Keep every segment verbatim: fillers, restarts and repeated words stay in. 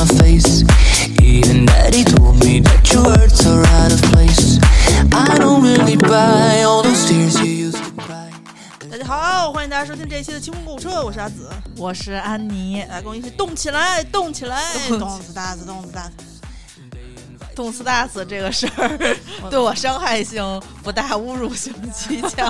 my face. Even daddy told me that your words are out of place. I don't really buy all those tears you used to cry. 大家好，欢迎大家收听这一期的清空购物车，我是阿紫， 我是安妮， 来跟我一起动起来，动起来，动死大死，动死大死。 动次大死这个事儿对我伤害性不大，侮辱性极强。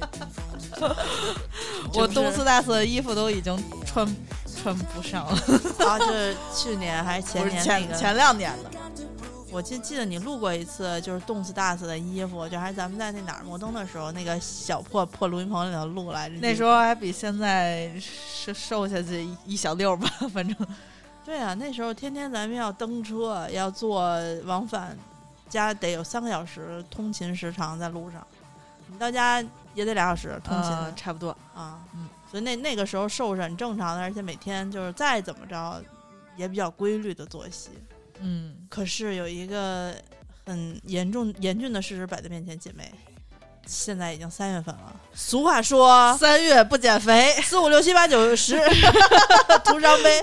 我动次大死的衣服都已经穿穿不上了。 啊，这是去年还是前年、那个？ 前前两年的。 我记记得你录过一次，就是动次大死的衣服，就还是咱们在那哪儿摩登的时头，那个小破破录音棚里头录来着。 那时候还比现在是瘦下去一小溜吧，反正。 对啊，那时候天天咱们要登车，要坐往返，家得有三个小时通勤时长在路上。你到家也得俩小时通勤、 呃，差不多啊。嗯，所以那那个时候瘦是很正常的，而且每天就是再怎么着也比较规律的作息。 嗯， 可是有一个很严重严峻的事实摆在面前，姐妹，现在已经三月份了。俗话说， 三月不减肥， 四五六七八九十，徒伤悲。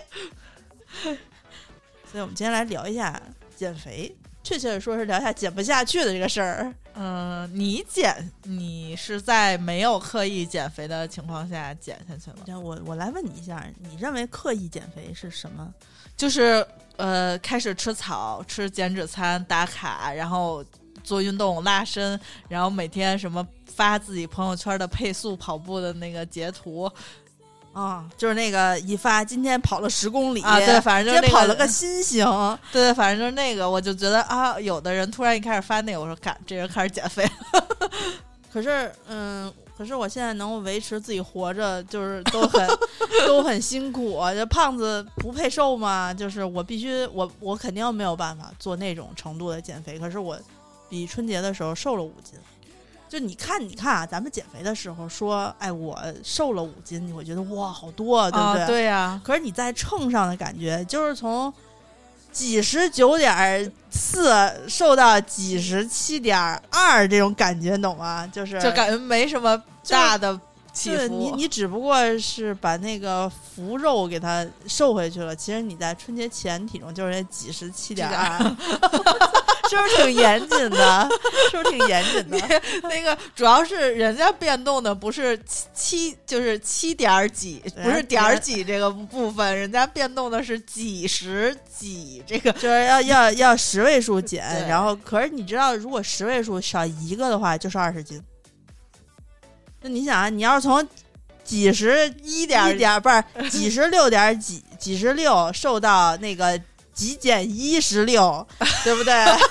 所以我们今天来聊一下减肥，确切的说是聊一下减不下去的这个事儿。 嗯、呃，你减，你是在没有刻意减肥的情况下减下去了？ 我我来问你一下，你认为刻意减肥是什么？ 就是呃，开始吃草，吃减脂餐，打卡，然后做运动拉伸，然后每天什么发自己朋友圈的配速跑步的那个截图。 啊、哦，就是那个一发今天跑了十公里啊，对，反正就是、那个、 跑了个新型， 对对，反正就是那个，我就觉得啊，有的人突然一开始发那个，我说干，这人开始减肥了。 可是，嗯，可是我现在能够维持自己活着，就是都很都很辛苦。这胖子不配瘦吗？就是我必须，我我肯定没有办法做那种程度的减肥。可是我比春节的时候瘦了五斤。就你看，你看啊，咱们减肥的时候说，哎，我瘦了五斤，你会觉得哇，好多，对不对？ 啊、对呀、啊。 可是你在秤上的感觉，就是从几十九点四瘦到几十七点二，这种感觉，懂吗？就是就感觉没什么大的起伏。 你你只不过是把那个浮肉给它瘦回去了，其实你在春节前体重就是那几十七点二。是不是挺严谨的？是不是挺严谨的？ 那个主要是人家变动的不是七，就是七点几，不是点几这个部分，人家变动的是几十几，这个就是要要要十位数减，然后可是你知道，如果十位数少一个的话，就是二十斤。那你想啊，你要是从几十一点一点不是几十六点几几十六瘦到那个。极减一十六，对不对？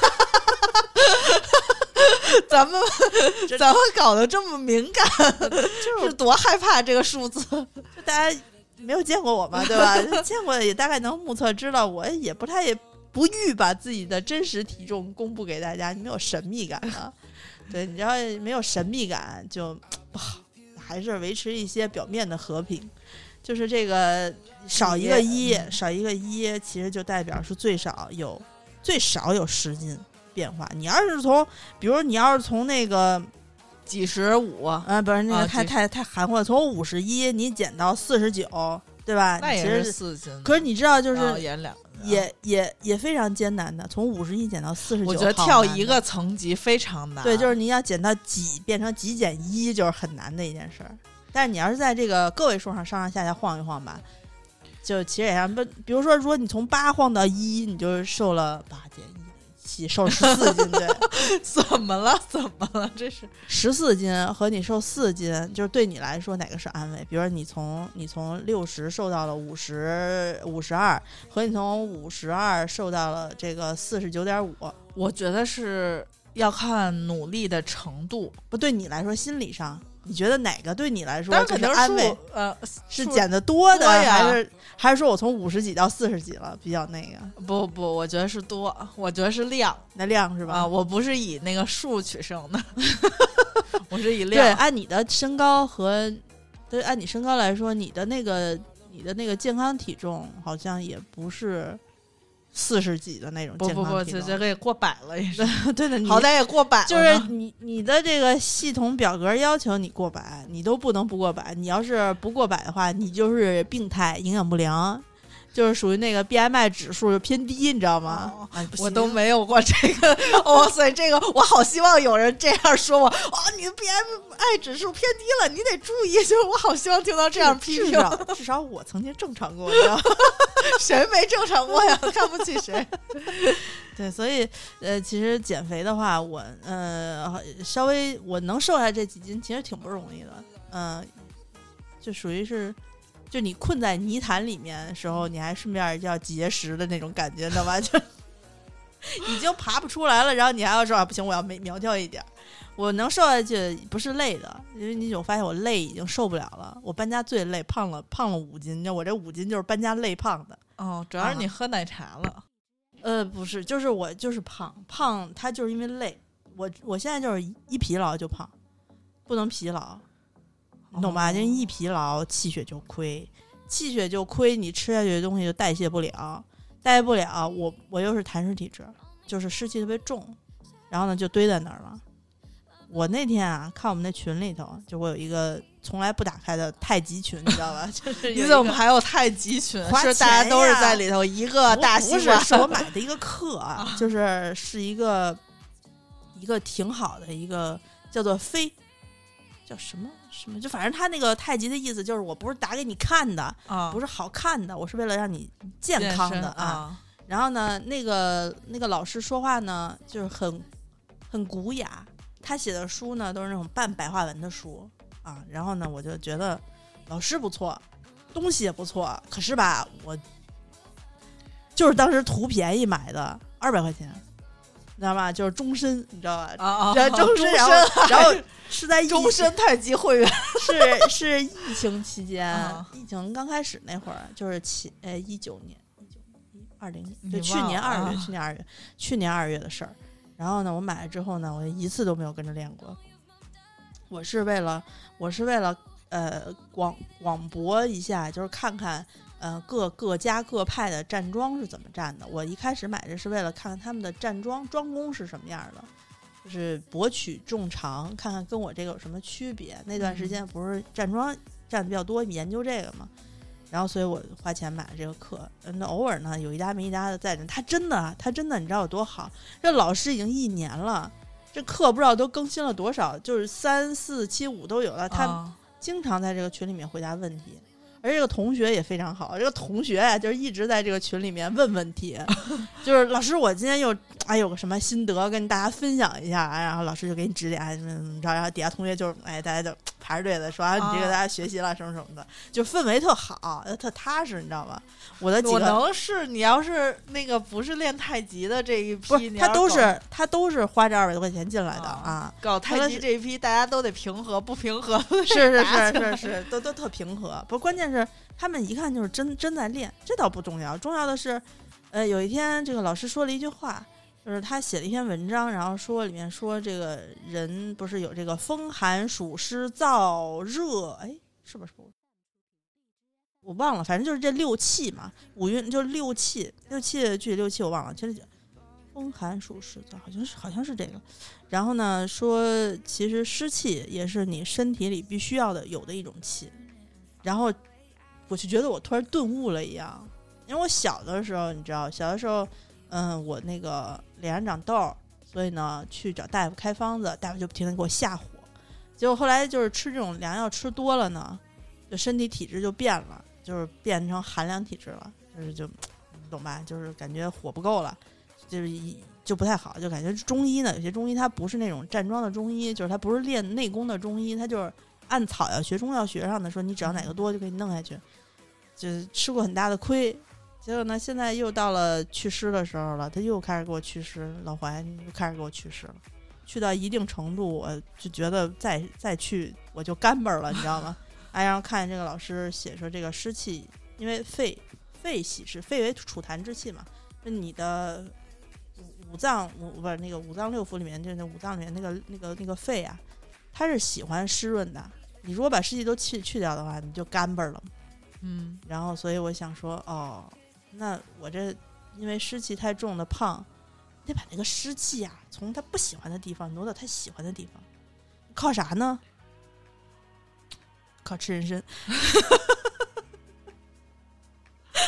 咱们咱们搞得这么敏感，就是多害怕这个数字。 就大家没有见过我嘛，对吧？见过也大概能目测知道，我也不太也不欲把自己的真实体重公布给大家，没有神秘感的。对，你知道没有神秘感就不好，还是维持一些表面的和平。就是这个少一个一、嗯，少一个一，其实就代表是最少有最少有十斤变化。你要是从，比如你要是从那个几十五， 啊，不是那个太、啊、太太含糊了，从五十一你减到四十九，对吧？ 那也是四斤。 可是你知道，就是也两也也也非常艰难的，从五十一减到四十九， 我觉得跳一个层级非常难。 对，就是你要减到几变成几减一，就是很难的一件事儿。但是你要是在这个个位数上上上下下晃一晃吧，就其实也像不，比如说，如果你从八晃到一，你就瘦了八减一七，瘦了十四斤，对？ 怎么了？怎么了？这是十四斤和你瘦四斤，就是对你来说哪个是安慰？比如说你从你从六十瘦到了五十五十二，和你从五十二瘦到了这个四十九点五， 我觉得是要看努力的程度， 不对你来说心理上。你觉得哪个对你来说更是安慰？ 呃， 是减的多的， 多还是还是说我从五十几到四十几了，比较那个？ 不不，我觉得是多，我觉得是量， 那量是吧？ 啊，我不是以那个数取胜的，我是以量。 对，按你的身高和对，按你身高来说，你的那个你的那个健康体重好像也不是。四十几的那种健康体重， 不不不，这这个也过百了也是， 对的， 好歹也过百了。 就是你你的这个系统表格要求你过百，你都不能不过百。你要是不过百的话，你就是病态、营养不良。 就是属于那个 B M I 指数就偏低，你知道吗？ 哦哎、 我都没有过这个，哇塞，这个我好希望有人这样说我，哦，你的 B M I 指数偏低了，你得注意。就是我好希望听到这样批评， 至少至少我曾经正常过，你知道吗？ 谁没正常过呀？看不起谁？ 对，所以呃，其实减肥的话，我呃稍微我能瘦下这几斤，其实挺不容易的，嗯、呃，就属于是。就你困在泥潭里面的时候，你还顺便要节食的那种感觉，知道吗？就已经爬不出来了，然后你还要说啊，不行，我要苗条一点。我能瘦下去不是累的，因为你就发现我累已经受不了了。我搬家最累，胖了胖了五斤，我这五斤就是搬家累胖的。 哦，主要是你喝奶茶了。 呃，不是，就是我就是胖胖，它就是因为累。我我现在就是一疲劳就胖，不能疲劳。你懂吧？因为一疲劳，气血就亏，气血就亏，你吃下去的东西就代谢不了，代谢不了。我我又是痰湿体质，就是湿气特别重，然后呢就堆在那儿了。我那天啊，看我们那群里头，就我有一个从来不打开的太极群，你知道吧？就是你怎么还有太极群？是大家都是在里头一个大西瓜？ 不是，是我买的一个课啊，就是是一个一个挺好的一个叫做飞。叫什么什么？就反正他那个太极的意思就是，我不是打给你看的， 啊、 不是好看的，我是为了让你健康的啊。 啊然后呢，那个那个老师说话呢，就是很很古雅，他写的书呢都是那种半白话文的书啊。然后呢，我就觉得老师不错，东西也不错，可是吧，我就是当时图便宜买的，二百块钱。你知道吗？就是终身，你知道吧？ 啊啊！ 然后终身，然后然后是在终身太极会员， 是是疫情期间， 啊、 疫情刚开始那会儿，就是七呃一九年一九一二零年，就就去年二月， 啊、 去年二月，去年二月的事儿。然后呢，我买了之后呢，我一次都没有跟着练过。我是为了，我是为了呃广广博一下，就是看看。呃，各各家各派的站桩是怎么站的？我一开始买的是为了看看他们的站桩桩功是什么样的，就是博取众长，看看跟我这个有什么区别。那段时间不是站桩站的比较多，研究这个嘛，然后所以我花钱买了这个课。那偶尔呢有一搭没一搭的在这，他真的他真的你知道有多好？这老师已经一年了，这课不知道都更新了多少，就是三四七五都有了。他经常在这个群里面回答问题。而这个同学也非常好，这个同学啊，就是一直在这个群里面问问题，就是老师，我今天又哎有个什么心得跟大家分享一下，然后老师就给你指点怎么怎么着，然后底下同学就是哎大家就排着队的说啊，你这个大家学习了什么什么的，就氛围特好，特踏实，你知道吗？我的几个我能是你要是那个不是练太极的这一批， 不是他都是他都是花这二百多块钱进来的啊， 啊搞太极这一批大家都得平和，不平和是是是是是都都特平和，不关键是。他们一看就是真真在练，这倒不重要，重要的是，呃，有一天这个老师说了一句话，就是他写了一篇文章，然后说里面说这个人不是有这个风寒暑湿燥热，哎，是不是？我忘了，反正就是这六气嘛，五运就是六气，六气具体六气我忘了，其实风寒暑湿燥好像是好像是这个。然后呢，说其实湿气也是你身体里必须要的有的一种气，然后。我就觉得我突然顿悟了一样，因为我小的时候，你知道，小的时候，嗯，我那个脸上长痘，所以呢，去找大夫开方子，大夫就不停地给我下火。结果后来就是吃这种凉药吃多了呢，就身体体质就变了，就是变成寒凉体质了，就是就，你懂吧？就是感觉火不够了，就是一就不太好，就感觉中医呢，有些中医它不是那种站桩的中医，就是它不是练内功的中医，它就是按草药学、中药学上的说，你只要哪个多就给你弄下去。就是吃过很大的亏，结果呢，现在又到了祛湿的时候了，他又开始给我祛湿，老怀又开始给我祛湿了，去到一定程度，我就觉得再再去我就干巴了，你知道吗？哎，然后看见这个老师写说这个湿气，因为肺肺喜湿，肺为储痰之气嘛，就你的五五脏五不是那个五脏六腑里面，就是那五脏里面那个那个那个肺啊，它是喜欢湿润的，你如果把湿气都去去掉的话，你就干巴了。嗯，然后所以我想说，哦，那我这因为湿气太重的胖，得把那个湿气啊，从他不喜欢的地方挪到他喜欢的地方，靠啥呢？靠吃人参。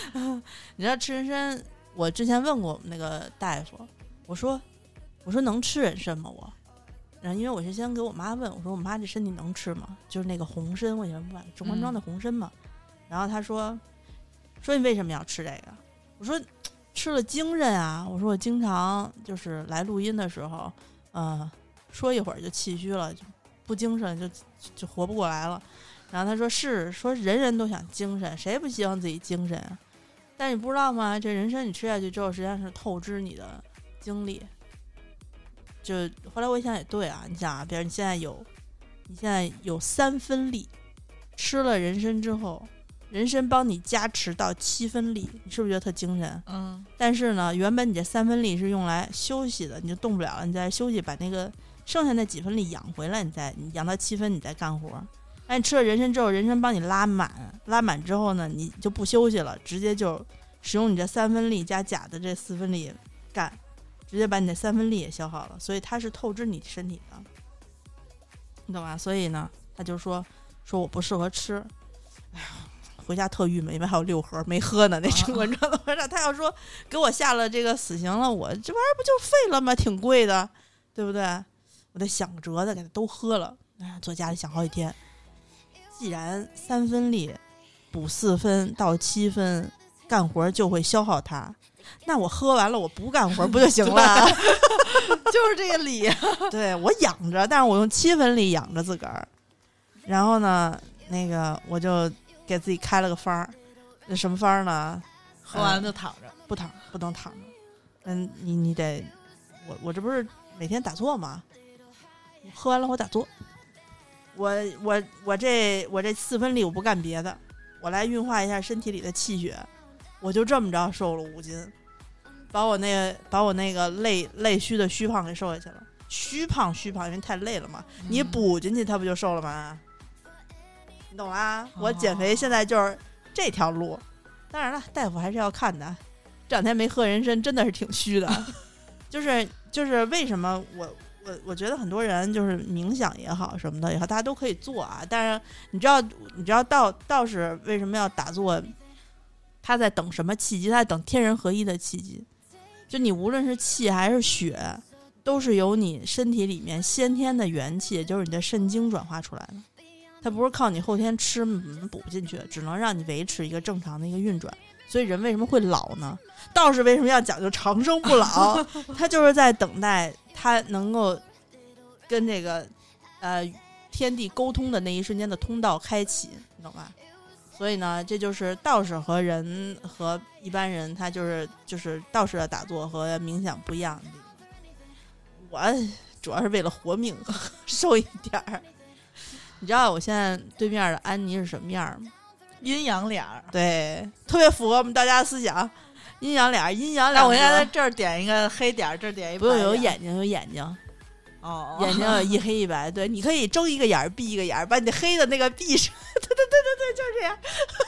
你知道吃人参，我之前问过我们那个大夫，我说我说能吃人参吗？我，然后因为我是先给我妈问，我说我妈这身体能吃吗？就是那个红参，我以前不买中关庄的红参嘛。嗯、然后她说说你为什么要吃这个？我说吃了精神啊。我说我经常就是来录音的时候，呃，说一会儿就气虚了，就不精神就就活不过来了。然后他说是说人人都想精神，谁不希望自己精神啊？但你不知道吗？这人参你吃下去之后，实际上是透支你的精力。就后来我一想也对啊，你想啊，比如你现在有你现在有三分力，吃了人参之后，人参帮你加持到七分力，你是不是觉得特精神？ 嗯。但是呢，原本你这三分力是用来休息的，你就动不了了，你再休息，把那个剩下那几分力养回来，你再你养到七分，你再干活。但你吃了人参之后，人参帮你拉满，拉满之后呢，你就不休息了，直接就使用你这三分力加钾的这四分力干，直接把你的三分力也消耗了，所以它是透支你身体的，你懂吗？所以呢，他就说说我不适合吃，哎呀，回家特郁闷，因为还有六盒没喝呢，那中关庄的晚上，他要说给我下了这个死刑了，我这玩意儿不就废了吗？挺贵的，对不对？我得想辙的给他都喝了，哎呀，坐家里想好几天。既然三分力补四分到七分，干活就会消耗它，那我喝完了我不干活不就行了？ 就是这个理。 对，我养着，但是我用七分力养着自个儿。然后呢，那个我就给自己开了个方儿，那什么方儿呢？ 喝完了就躺着， 呃、不躺，不能躺着。嗯，你你得，我我这不是每天打坐吗？喝完了我打坐。我我我这我这四分力我不干别的，我来运化一下身体里的气血，我就这么着瘦了五斤，把我那个把我那个累累虚的虚胖给瘦下去了。虚胖虚胖，因为太累了嘛，嗯、你补进去它不就瘦了吗？你懂啦？哦、我减肥现在就是这条路。当然了，大夫还是要看的。这两天没喝人参，真的是挺虚的。就是就是为什么我。我我觉得很多人就是冥想也好什么的也好，大家都可以做啊。但是你知道你知道道道士为什么要打坐？他在等什么契机？他在等天人合一的契机。就你无论是气还是血，都是由你身体里面先天的元气，也就是你的肾精转化出来的。它不是靠你后天吃补进去，只能让你维持一个正常的一个运转。所以人为什么会老呢？道士为什么要讲究长生不老？他就是在等待他能够跟这个呃天地沟通的那一瞬间的通道开启，你懂吧？所以呢，这就是道士和人和一般人，他就是就是道士的打坐和冥想不一样的地方。我主要是为了活命，瘦一点儿。你知道我现在对面的安妮是什么样吗？ 阴阳脸儿， 对，特别符合我们道家思想。阴阳脸，阴阳脸。 那我现在在这儿点一个黑点，这儿点一白。 不用有眼睛，有眼睛。 哦， 眼睛有一黑一白。对，你可以睁一个眼闭一个眼，把你的黑的那个闭上。对对对对对，就是这样。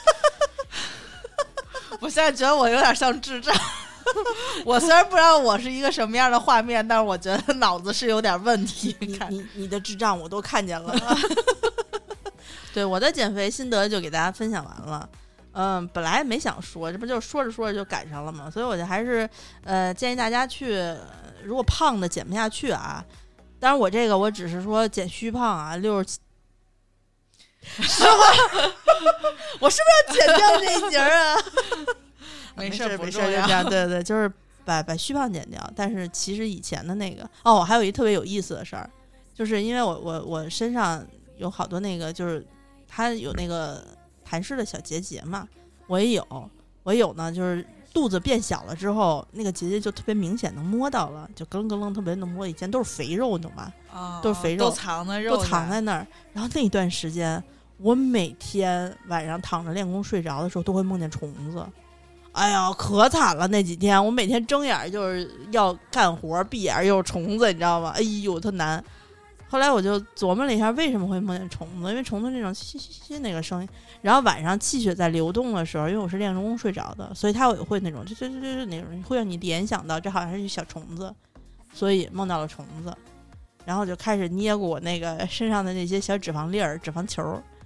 我现在觉得我有点像智障。我虽然不知道我是一个什么样的画面，但是我觉得脑子是有点问题。 你你你的智障我都看见了。对，我的减肥心得就给大家分享完了。嗯，本来没想说，这不就说着说着就赶上了吗？所以我就还是呃建议大家去，如果胖的减不下去啊，当然我这个我只是说减虚胖啊，六十七，是吗？我是不是要剪掉这一节啊？ 没事没事，就这样，对对，就是把把虚胖减掉。但是其实以前的那个哦，还有一特别有意思的事儿，就是因为我我我身上有好多那个就是它有那个痰湿的小结节嘛，我也有，我有呢，就是肚子变小了之后，那个结节就特别明显能摸到了，就咯楞咯楞特别能摸。以前都是肥肉，你懂吗？ 哦， 都是肥肉， 都藏在肉， 都藏在那儿。然后那一段时间，我每天晚上躺着练功睡着的时候，都会梦见虫子。哎呀，可惨了！那几天我每天睁眼就是要干活，闭眼又是虫子，你知道吗？哎呦，特难。后来我就琢磨了一下，为什么会梦见虫子？因为虫子那种嘻嘻嘻那个声音，然后晚上气血在流动的时候，因为我是练功睡着的，所以它也会那种就就就就那种会让你联想到这好像是一小虫子，所以梦到了虫子，然后就开始捏过我那个身上的那些小脂肪粒儿、脂肪球。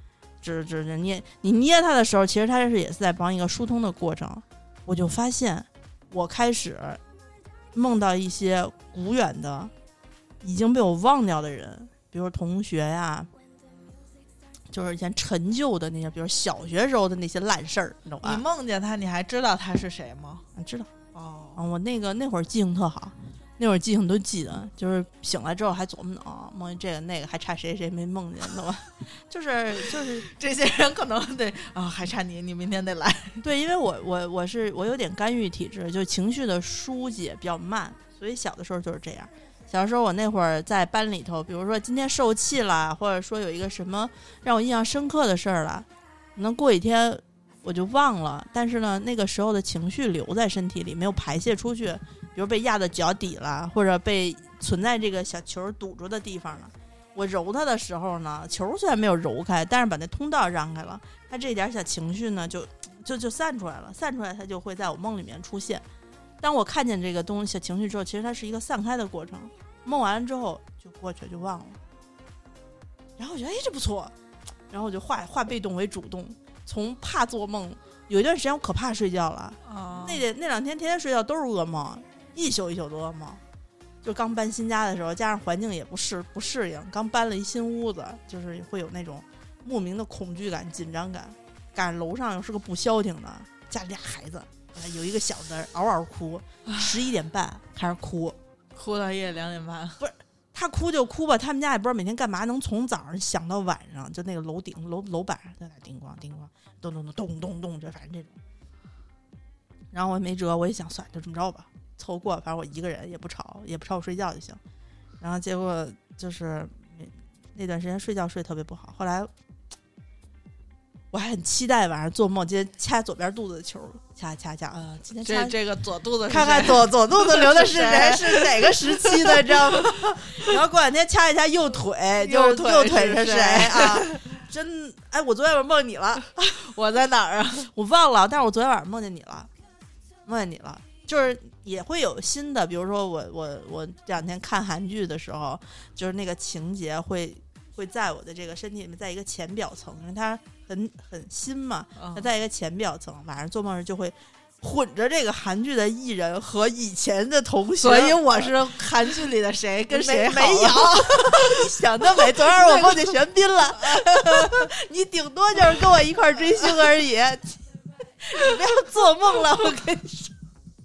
指指着捏，你捏它的时候，其实它是也是在帮一个疏通的过程。我就发现，我开始梦到一些古远的、已经被我忘掉的人，比如同学呀，就是以前陈旧的那些，比如小学时候的那些烂事儿，你懂吧？ 你梦见他，你还知道他是谁吗？ 啊，知道。 哦， 啊，我那个那会儿记性特好。那会儿记性都记得，就是醒来之后还琢磨呢啊，梦见这个那个，还差谁谁没梦见，懂吧？就是就是这些人可能得啊、哦，还差你，你明天得来。 对，因为我我我是我有点干预体质，就情绪的疏解比较慢，所以小的时候就是这样。小时候我那会儿在班里头，比如说今天受气了，或者说有一个什么让我印象深刻的事儿了，可能过几天我就忘了，但是呢，那个时候的情绪留在身体里，没有排泄出去。比如被压到脚底了，或者被存在这个小球堵住的地方了，我揉它的时候呢，球虽然没有揉开，但是把那通道让开了，它这点小情绪呢就就就散出来了，散出来它就会在我梦里面出现。当我看见这个东西小情绪之后，其实它是一个散开的过程，梦完了之后就过去就忘了。然后我觉得哎这不错，然后我就化化被动为主动，从怕做梦，有一段时间我可怕睡觉了， 哦、 那那两天天天睡觉都是噩梦。一宿一宿的噩梦，就刚搬新家的时候，加上环境也不适不适应，刚搬了一新屋子，就是会有那种莫名的恐惧感、紧张感。赶上楼上又是个不消停的，家里俩孩子，有一个小的嗷嗷哭，十一点半开始哭， 哭到夜里两点半。 不是他哭就哭吧，他们家也不知道每天干嘛，能从早上想到晚上，就那个楼顶楼楼板上在那叮咣叮咣咚咚咚咚咚咚，就反正这种。然后我也没辙，我也想算就这么着吧。凑过，反正我一个人也不吵，也不吵我睡觉就行。然后结果就是那段时间睡觉睡特别不好，后来我还很期待晚上做梦，今天掐左边肚子的球，掐掐掐啊、呃！今天掐这这个左肚子， 看看左左肚子流的是谁，是哪个时期的，知道吗？然后过两天掐一掐右腿，就右腿右腿是谁啊？真哎，我昨天晚上梦你了， 我在哪儿啊？ 我忘了，但是我昨天晚上梦见你了，梦见你了，就是也会有新的，比如说我我我这两天看韩剧的时候，就是那个情节会会在我的这个身体里面，在一个浅表层，因为它很很新嘛，它在一个浅表层，晚上做梦时就会混着这个韩剧的艺人和以前的同学， 所以我是韩剧里的谁跟谁没有你想得美，昨天我梦见玄彬了你顶多就是跟我一块追星而已你不要做梦了，我跟你说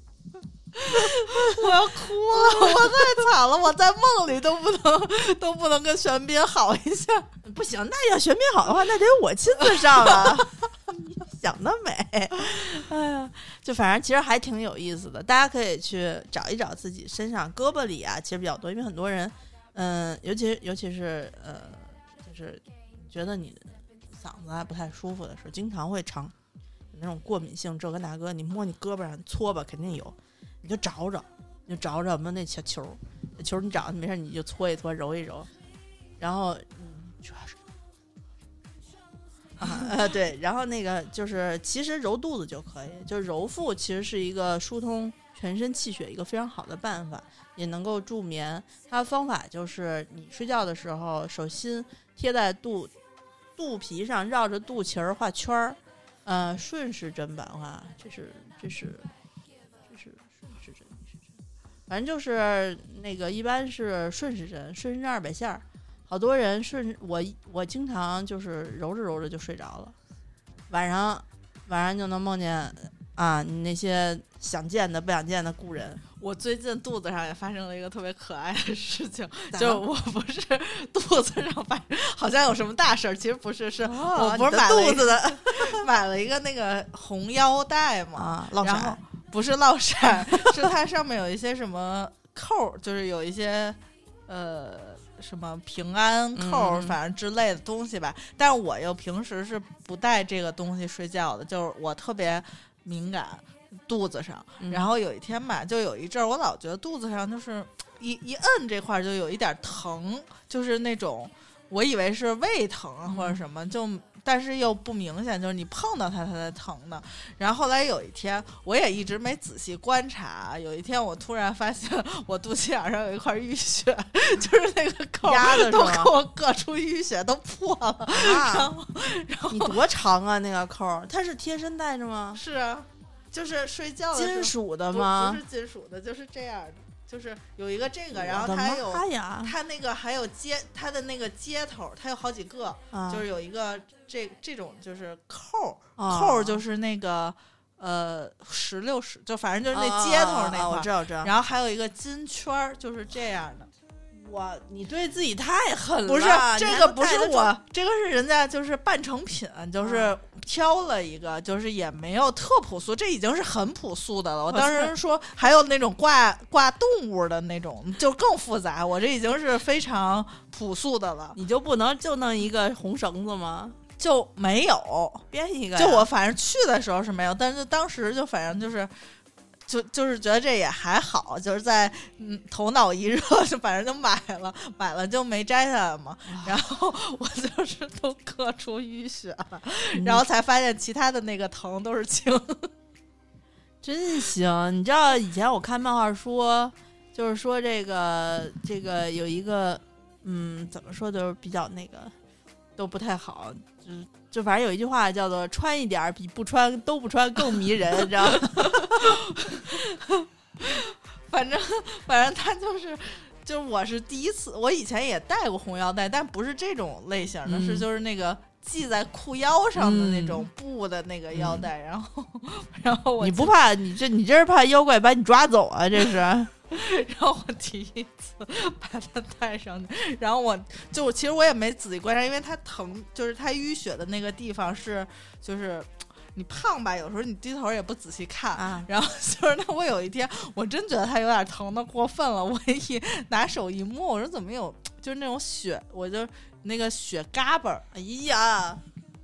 我要哭了，我太惨了，我在梦里都不能都不能跟玄彬好一下， 不行，那要玄彬好的话，那得我亲自上啊想得美，哎呀，就反正其实还挺有意思的，大家可以去找一找自己身上胳膊里啊，其实比较多，因为很多人，嗯、呃，尤其尤其是呃，就是觉得你嗓子还不太舒服的时候，经常会常有那种过敏性这个那个，你摸你胳膊上搓吧，肯定有。你就找找，你就找找我们那小球，那球你找没事你就搓一搓，揉一揉，然后嗯，主要是啊呃对，然后那个就是其实揉肚子就可以，就是揉腹其实是一个疏通全身气血一个非常好的办法，也能够助眠。它的方法就是你睡觉的时候，手心贴在肚肚皮上，绕着肚脐儿画圈儿，呃，顺时针吧，哇，这是这是。反正就是那个，一般是顺时针，顺时针二百下，好多人顺我我经常就是揉着揉着就睡着了，晚上晚上就能梦见啊，你那些想见的不想见的故人。 我最近肚子上也发生了一个特别可爱的事情，就我不是肚子上发生好像有什么大事儿，其实不是，是、哦、我不是买了肚子的买了一个那个红腰带嘛， 啊，落闪。不是落闪，是它上面有一些什么扣，就是有一些呃什么平安扣， 嗯、 反正之类的东西吧。但是我又平时是不带这个东西睡觉的，就是我特别敏感肚子上。 嗯、 然后有一天吧，就有一阵儿，我老觉得肚子上就是一一摁这块就有一点疼，就是那种。我以为是胃疼或者什么，就但是又不明显，就是你碰到它它才疼的。然后后来有一天，我也一直没仔细观察，有一天我突然发现我肚脐眼上有一块淤血，就是那个扣都给我硌出淤血，都破了。啊、然后，然后你多长啊？那个扣它是贴身带着吗？ 是啊，就是睡觉的时候金属的吗？ 不, 不是金属的，就是这样的。就是有一个这个，然后它还有它那个还有接它的那个接头，它有好几个，啊、就是有一个这这种就是扣、啊、扣就是那个呃十六十，就反正就是那接头那块、啊啊啊， 我知道知道。 然后还有一个金圈，就是这样的。 哇，你对自己太狠了！ 不是这个，不是我，这个是人家就是半成品，就是挑了一个，就是也没有特朴素，这已经是很朴素的了。我当时说还有那种挂挂动物的那种，就更复杂。我这已经是非常朴素的了。 你就不能就弄一个红绳子吗？ 就没有编一个， 就我反正去的时候是没有，但是当时就反正就是。就就是觉得这也还好，就是在嗯头脑一热，就反正就买了，买了就没摘下来嘛。然后我就是都硌出淤血了，嗯、然后才发现其他的那个疼都是轻。 真行！你知道以前我看漫画书，就是说这个这个有一个嗯怎么说都是比较那个都不太好，就是就反正有一句话叫做穿一点比不穿都不穿更迷人，你知道吗？ 反正反正他就是就是我是第一次，我以前也戴过红腰带，但不是这种类型的，嗯、是就是那个系在裤腰上的那种布的那个腰带，嗯、然后然后我你不怕你这你这是怕妖怪把你抓走啊？这是。 然后我第一次把它戴上去，然后我就其实我也没仔细观察，因为它疼，就是它淤血的那个地方是就是你胖吧，有时候你低头也不仔细看，啊、然后就是那我有一天我真觉得它有点疼的过分了，我一拿手一摸，我说怎么有就是那种血，我就那个血嘎巴，哎呀，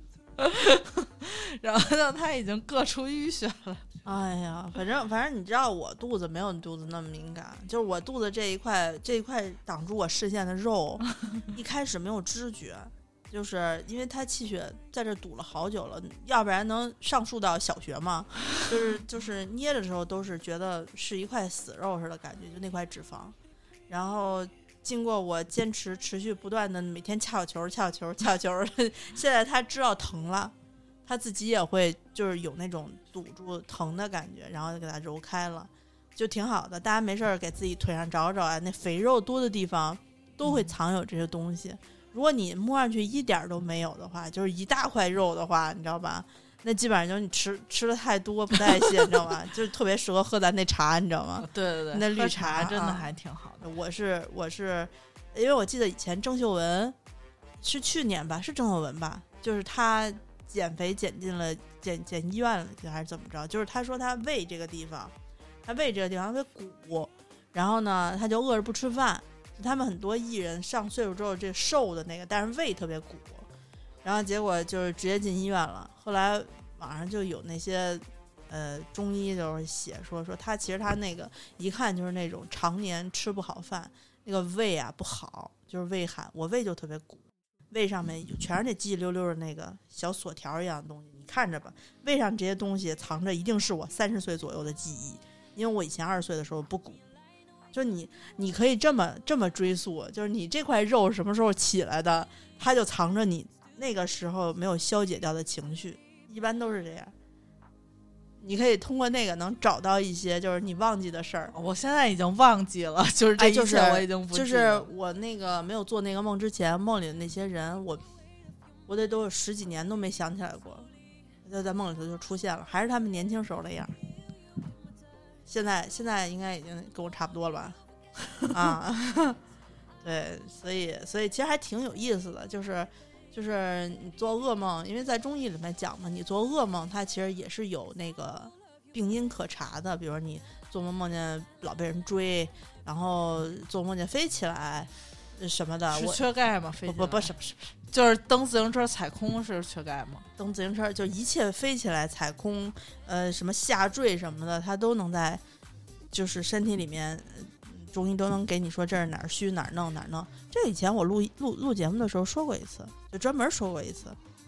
然后呢它已经硌出淤血了。 哎呀，反正反正你知道我肚子没有你肚子那么敏感，就是我肚子这一块这一块挡住我视线的肉，一开始没有知觉，就是因为它气血在这堵了好久了，要不然能上溯到小学嘛，就是就是捏的时候都是觉得是一块死肉似的感觉，就那块脂肪，然后经过我坚持持续不断的每天掐球掐球掐球，现在他知道疼了。他自己也会就是有那种堵住疼的感觉，然后就给它揉开了，就挺好的。大家没事儿给自己腿上找找啊，那肥肉多的地方都会藏有这些东西。如果你摸上去一点都没有的话，就是一大块肉的话，你知道吧？那基本上就是你吃吃的太多不代谢，你知道吗？就是特别适合喝咱那茶，你知道吗？ 对对对， 那绿茶真的还挺好的。 啊、我是我是，因为我记得以前郑秀文是去年吧，是郑秀文吧，就是她。减肥减进了减减医院了还是怎么着，就是他说他胃这个地方他胃这个地方会鼓，然后呢他就饿着不吃饭，他们很多艺人上岁数之后这瘦的那个但是胃特别鼓，然后结果就是直接进医院了。后来网上就有那些呃中医就是写说说他其实他那个一看就是那种常年吃不好饭，那个胃啊不好，就是胃寒，我胃就特别鼓，胃上面全是那叽叽溜溜的那个小锁条一样的东西，你看着吧，胃上这些东西藏着一定是我三十岁左右的记忆，因为我以前二十岁的时候不鼓，就你你可以这么这么追溯，就是你这块肉什么时候起来的，它就藏着你那个时候没有消解掉的情绪，一般都是这样。你可以通过那个能找到一些就是你忘记的事儿。 我现在已经忘记了，就是这一切我已经不记得、哎就是、就是我那个没有做那个梦之前，梦里的那些人，我我得都有十几年都没想起来过，就在梦里头就出现了，还是他们年轻时候的样。现在现在应该已经跟我差不多了吧？啊，对，所以所以其实还挺有意思的，就是就是你做噩梦，因为在中医里面讲嘛，你做噩梦它其实也是有那个病因可查的，比如说你做梦梦见老被人追，然后做梦见飞起来什么的。 是缺钙吗？飞起来不不不是不是不是， 就是蹬自行车踩空是缺钙吗？ 蹬自行车就一切飞起来踩空，呃，什么下坠什么的，它都能在就是身体里面。中医都能给你说这是哪儿虚哪儿弄哪儿弄，这以前我录录录节目的时候说过一次，就专门说过一次，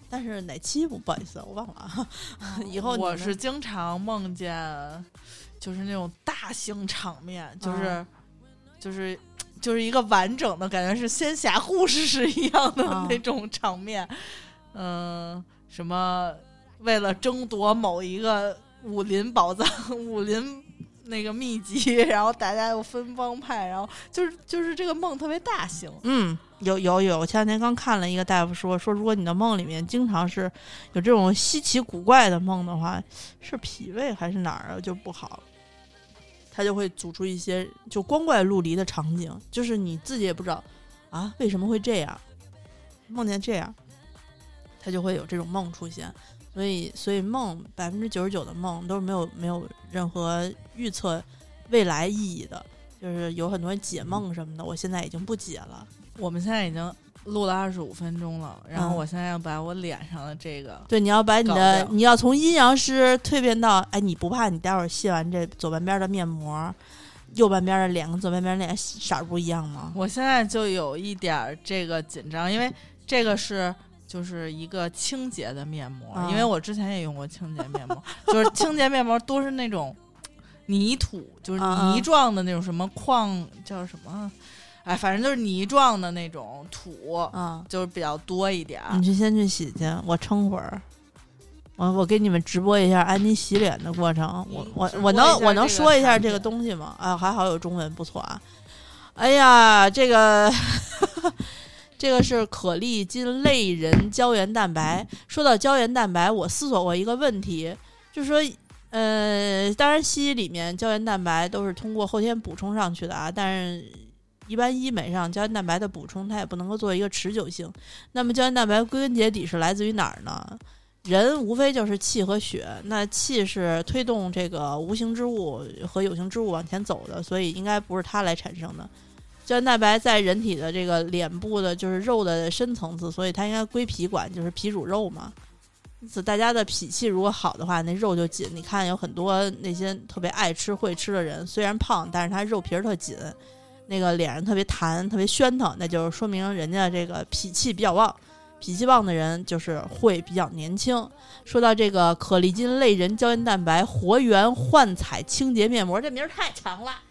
但是哪期不不好意思我忘了啊。以后你我是经常梦见，就是那种大型场面，就是、嗯、就是就是一个完整的感觉，是仙侠故事是一样的那种场面。嗯、呃，什么为了争夺某一个武林宝藏、武林那个秘籍，然后大家又分帮派，然后就是就是这个梦特别大型。 嗯，有有有，我前两天刚看了一个大夫说说，如果你的梦里面经常是有这种稀奇古怪的梦的话，是脾胃还是哪儿就不好，他就会组出一些就光怪陆离的场景，就是你自己也不知道啊为什么会这样，梦见这样，他就会有这种梦出现。所以，所以梦百分之九十九的梦都是没有没有任何预测未来意义的，就是有很多解梦什么的，我现在已经不解了。 我们现在已经录了二十五分钟了，然后我现在要把我脸上的这个、嗯， 对，你要把你的，你要从阴阳师蜕变到，哎，你不怕你待会儿卸完这左半边的面膜，右半边的脸跟左半边的脸色儿不一样吗？ 我现在就有一点这个紧张，因为这个是。就是一个清洁的面膜、嗯、因为我之前也用过清洁面膜就是清洁面膜都是那种泥土，就是泥状的那种什么矿叫什么，哎，反正就是泥状的那种土，嗯，就是比较多一点。 你去先去洗去，我撑会儿。我我给你们直播一下安妮洗脸的过程。我我我能我能说一下这个东西吗？啊，还好有中文，不错啊。哎呀，这个。这个是可丽金类人胶原蛋白。说到胶原蛋白，我思索过一个问题，就是说，呃，当然西医里面胶原蛋白都是通过后天补充上去的啊，但是一般医美上胶原蛋白的补充它也不能够做一个持久性。那么胶原蛋白归根结底是来自于哪儿呢？人无非就是气和血，那气是推动这个无形之物和有形之物往前走的，所以应该不是它来产生的。胶原蛋白在人体的这个脸部的就是肉的深层次，所以它应该归脾管，就是脾主肉嘛。因此大家的脾气如果好的话，那肉就紧。你看有很多那些特别爱吃会吃的人，虽然胖，但是他肉皮儿特紧，那个脸上特别弹特别宣腾，那就是说明人家这个脾气比较旺。脾气旺的人就是会比较年轻。说到这个可丽金类人胶原蛋白活源焕彩清洁面膜，这名儿太长了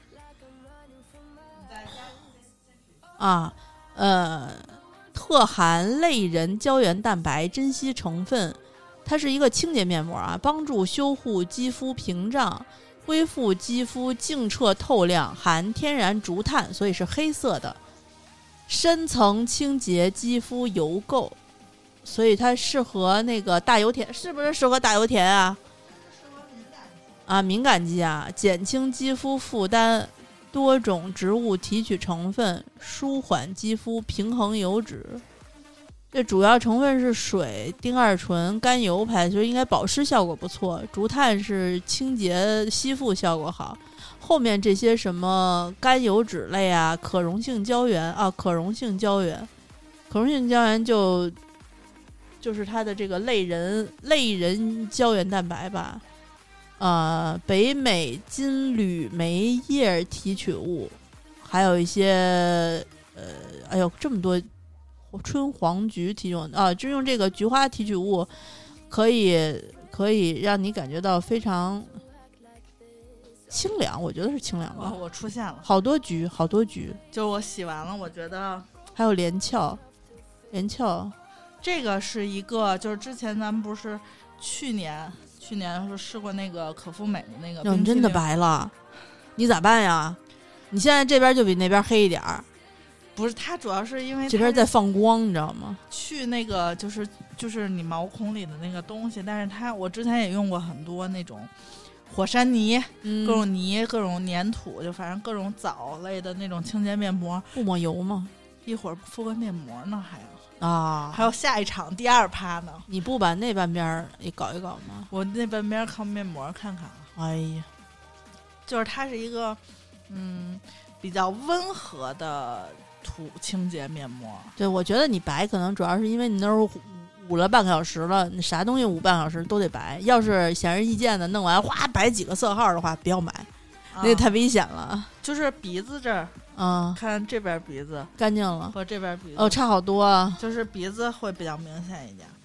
啊，呃，特含类人胶原蛋白珍稀成分，它是一个清洁面膜啊，帮助修护肌肤屏障，恢复肌肤净澈透亮，含天然竹炭，所以是黑色的，深层清洁肌肤油垢，所以它适合那个大油田，是不是适合大油田啊？啊，敏感肌啊，减轻肌肤负担。多种植物提取成分，舒缓肌肤，平衡油脂。这主要成分是水、丁二醇、甘油肽，所以应该保湿效果不错。竹炭是清洁吸附效果好。后面这些什么甘油脂类啊，可溶性胶原啊，可溶性胶原，可溶性胶原就就是它的这个类人类人胶原蛋白吧。呃，北美金缕梅叶提取物，还有一些呃，哎呦，这么多春黄菊提取物啊，就用这个菊花提取物，可以可以让你感觉到非常清凉，我觉得是清凉吧。 我出现了， 好多菊，好多菊， 就我洗完了，我觉得还有连翘，连翘， 这个是一个，就是之前咱们不是去年。去年的时候试过那个可复美的那个冰淇淋， 你真的白了，你咋办呀？你现在这边就比那边黑一点儿。 不是，它主要是因为这边在放光，你知道吗？ 去那个就是就是你毛孔里的那个东西，但是它我之前也用过很多那种火山泥、嗯、各种泥、各种粘土，就反正各种藻类的那种清洁面膜。 不抹油吗？ 一会儿敷个面膜呢，还要。 啊， 还有下一场第二趴呢， 你不把那半边也搞一搞吗？ 我那半边靠面膜看看了。 哎呀， 就是它是一个嗯比较温和的土清洁面膜。 对，我觉得你白可能主要是因为你那儿捂了半个小时了，你啥东西捂半个小时都得白。要是显而易见的弄完哗白几个色号的话，不要买，啊、那个太危险了。 就是鼻子这儿。 嗯， 看这边鼻子干净了， 和这边鼻子哦，差好多啊。 就是鼻子会比较明显一点，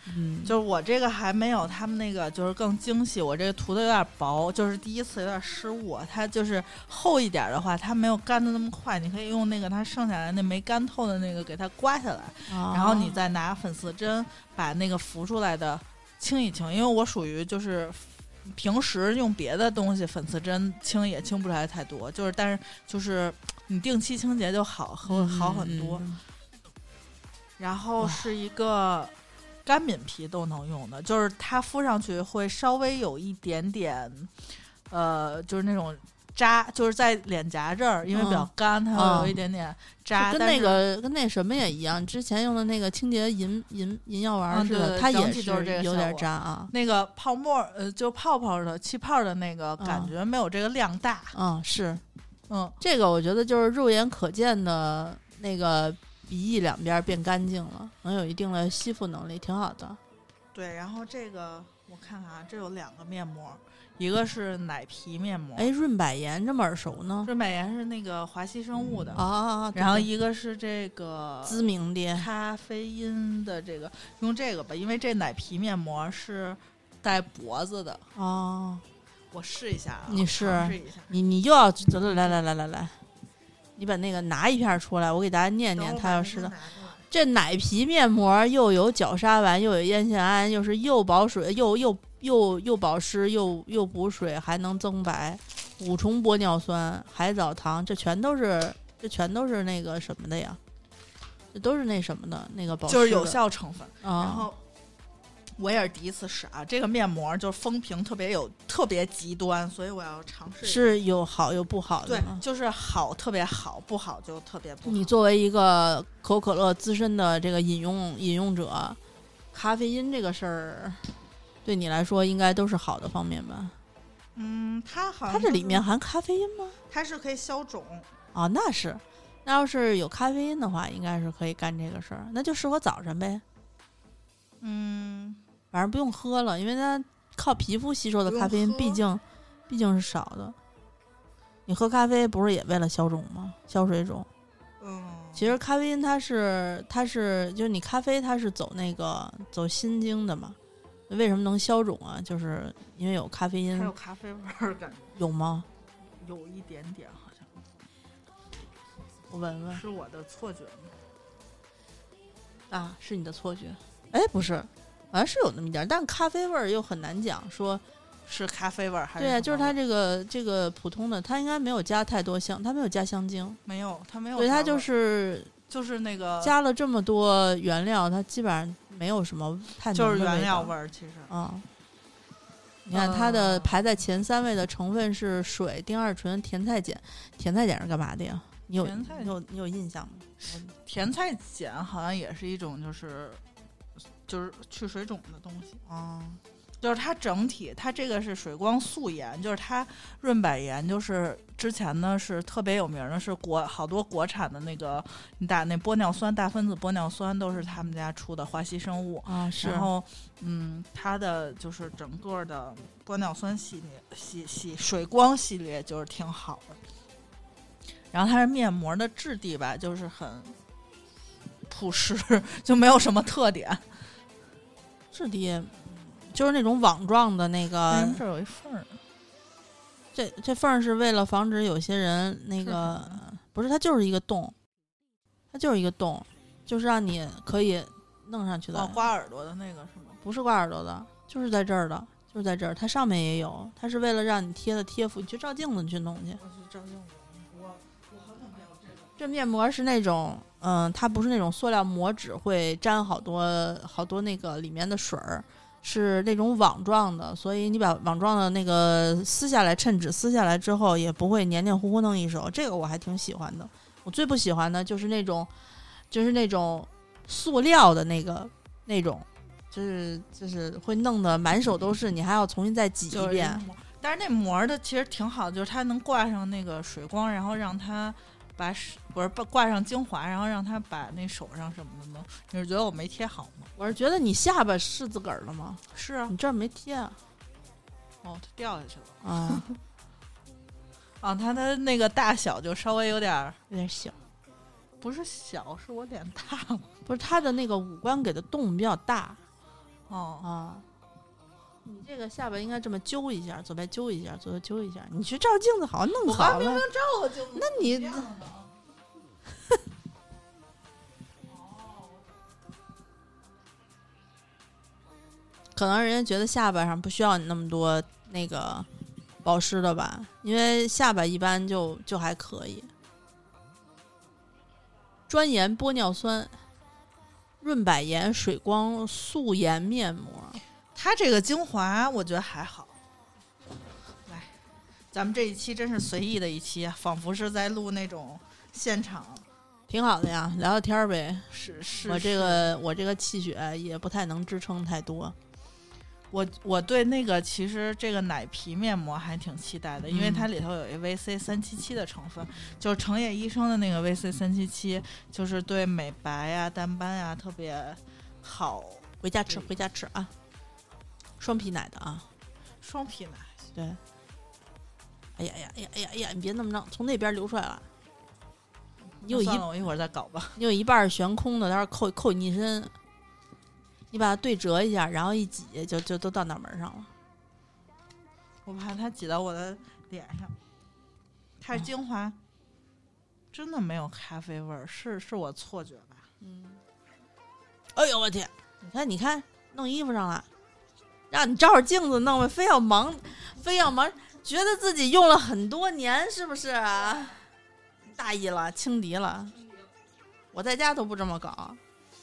嗯， 就是我这个还没有他们那个就是更精细，我这个涂的有点薄，就是第一次有点失误。它就是厚一点的话，它没有干的那么快，你可以用那个它剩下来那没干透的那个给它刮下来， 哦、 然后你再拿粉丝针把那个浮出来的清一清。因为我属于就是平时用别的东西粉丝针清也清不出来太多，就是但是就是你定期清洁就好，会好很多。 嗯嗯、 然后是一个干敏皮都能用的，就是它敷上去会稍微有一点点，呃，就是那种渣，就是在脸颊这儿，因为比较干，嗯、它会有一点点渣。 跟那个跟那什么也一样，之前用的那个清洁银银银药丸似的， 嗯、 它也是有点渣啊。 那个泡沫，呃，就泡泡的气泡的那个感觉没有这个量大。 嗯，是， 嗯， 这个我觉得就是肉眼可见的那个鼻翼两边变干净了，能有一定的吸附能力，挺好的。 对，然后这个我看看啊，这有两个面膜。一个是奶皮面膜， 哎，润百颜这么耳熟呢？ 润百颜是那个华西生物的啊、哦， 然后一个是这个知名的咖啡因的这个，用这个吧，因为这奶皮面膜是带脖子的哦。 我试一下啊， 你试试一下， 你你又要来来来来来，你把那个拿一片出来，我给大家念念，他要试的。这奶皮面膜又有角鲨烷，又有烟酰胺，又是又保水又又。又又保湿又又补水，还能增白，五重玻尿酸、海藻糖，这全都是这全都是那个什么的呀？这都是那什么的那个保湿的， 就是有效成分。 嗯、 然后我也是第一次使啊，这个面膜就是风评特别有特别极端，所以我要尝试。 是有好有不好的， 对，就是好特别好，不好就特别不好。 你作为一个可口可乐资深的这个饮用饮用者，咖啡因这个事儿。对你来说应该都是好的方面吧？ 嗯，它好像、 就是、它这里面含咖啡因吗？ 它是可以消肿。 哦，那是，那要是有咖啡因的话，应该是可以干这个事儿，那就适合早晨呗。 嗯， 晚上不用喝了，因为它靠皮肤吸收的咖啡因毕竟毕竟是少的。你喝咖啡不是也为了消肿吗？消水肿。 嗯， 其实咖啡因它是它是就是你咖啡它是走那个走心经的嘛。为什么能消肿啊？就是因为有咖啡因。 还有咖啡味儿感觉。 有吗？ 有一点点好像。 我闻闻。 是我的错觉吗？ 啊，是你的错觉。哎，不是，好像是有那么一点，但是咖啡味儿又很难讲，说是咖啡味儿还是？ 对啊，就是它这个这个普通的，它应该没有加太多香，它没有加香精。 没有，它没有。 对，它就是就是那个加了这么多原料，它基本上没有什么太浓的味道， 就是原料味儿。其实啊、嗯，你看它的排在前三位的成分是水、丁二醇、甜菜碱。甜菜碱是干嘛的呀？你有你有你有印象吗？ 甜菜碱好像也是一种就是就是去水肿的东西。 哦、嗯。 就是它整体，它这个是水光素颜，就是它润百颜，就是之前呢是特别有名的，是国好多国产的那个你打那玻尿酸大分子玻尿酸都是他们家出的华西生物啊，是。 然后嗯，它的就是整个的玻尿酸系列系系水光系列就是挺好的。然后它是面膜的质地吧，就是很朴实，就没有什么特点， 质地。就是那种网状的那个， 为什么这有一缝儿？ 这这缝儿是为了防止有些人那个不是，它就是一个洞，它就是一个洞，就是让你可以弄上去的。 哦，刮耳朵的那个是吗？ 不是刮耳朵的，就是在这儿的，就是在这儿，它上面也有，它是为了让你贴的贴服，你去照镜子，你去弄去。 我去照镜子，我我好像没有这个。 这面膜是那种，嗯，它不是那种塑料膜纸会沾好多好多那个里面的水儿。是那种网状的，所以你把网状的那个撕下来，衬纸撕下来之后也不会黏黏糊糊弄一手，这个我还挺喜欢的。我最不喜欢的就是那种就是那种塑料的那个那种就是就是会弄得满手都是，你还要重新再挤一遍。 就是、但是那膜的其实挺好的，就是它能挂上那个水光，然后让它把不是挂上精华，然后让它把那手上什么的呢？你是觉得我没贴好吗？ 我是觉得你下巴是自个儿了吗？ 是啊， 你这儿没贴啊。 哦，它掉下去了啊。 啊，它的那个大小就稍微有点有点小， 不是小，是我脸大了。 不是，它的那个五官给的洞比较大。 哦啊。你这个下巴应该这么揪一下，左边揪一下，左右揪一下。你去照镜子，好像弄好了。 我还没能照过镜子， 那你可能人家觉得下巴上不需要你那么多那个保湿的吧，因为下巴一般就就还可以。专研玻尿酸、润百颜水光素颜面膜。 它这个精华我觉得还好。来，咱们这一期真是随意的一期啊，仿佛是在录那种现场， 挺好的呀，聊聊天呗。 是是， 我这个我这个气血也不太能支撑太多。 我我对那个其实这个奶皮面膜还挺期待的，因为它里头有一 V C 三七七的成分，就是成野医生的那个 V C 三七七，就是对美白呀、淡斑呀特别好。 回家吃，回家吃啊！双皮奶的啊， 双皮奶。 对。哎呀呀哎呀哎呀哎呀！你别那么让，从那边流出来了。你有一， 我一会儿再搞吧。 你有一半是悬空的，到时候扣扣你一身。你把它对折一下，然后一挤，就就都到脑门上了。 我怕它挤到我的脸上。它是精华，哦、真的没有咖啡味儿，是是我错觉吧？ 嗯。哎呦我天！你看你看，弄衣服上了，让你照着镜子弄，非要忙，非要忙，觉得自己用了很多年，是不是啊？大意了，轻敌了。我在家都不这么搞。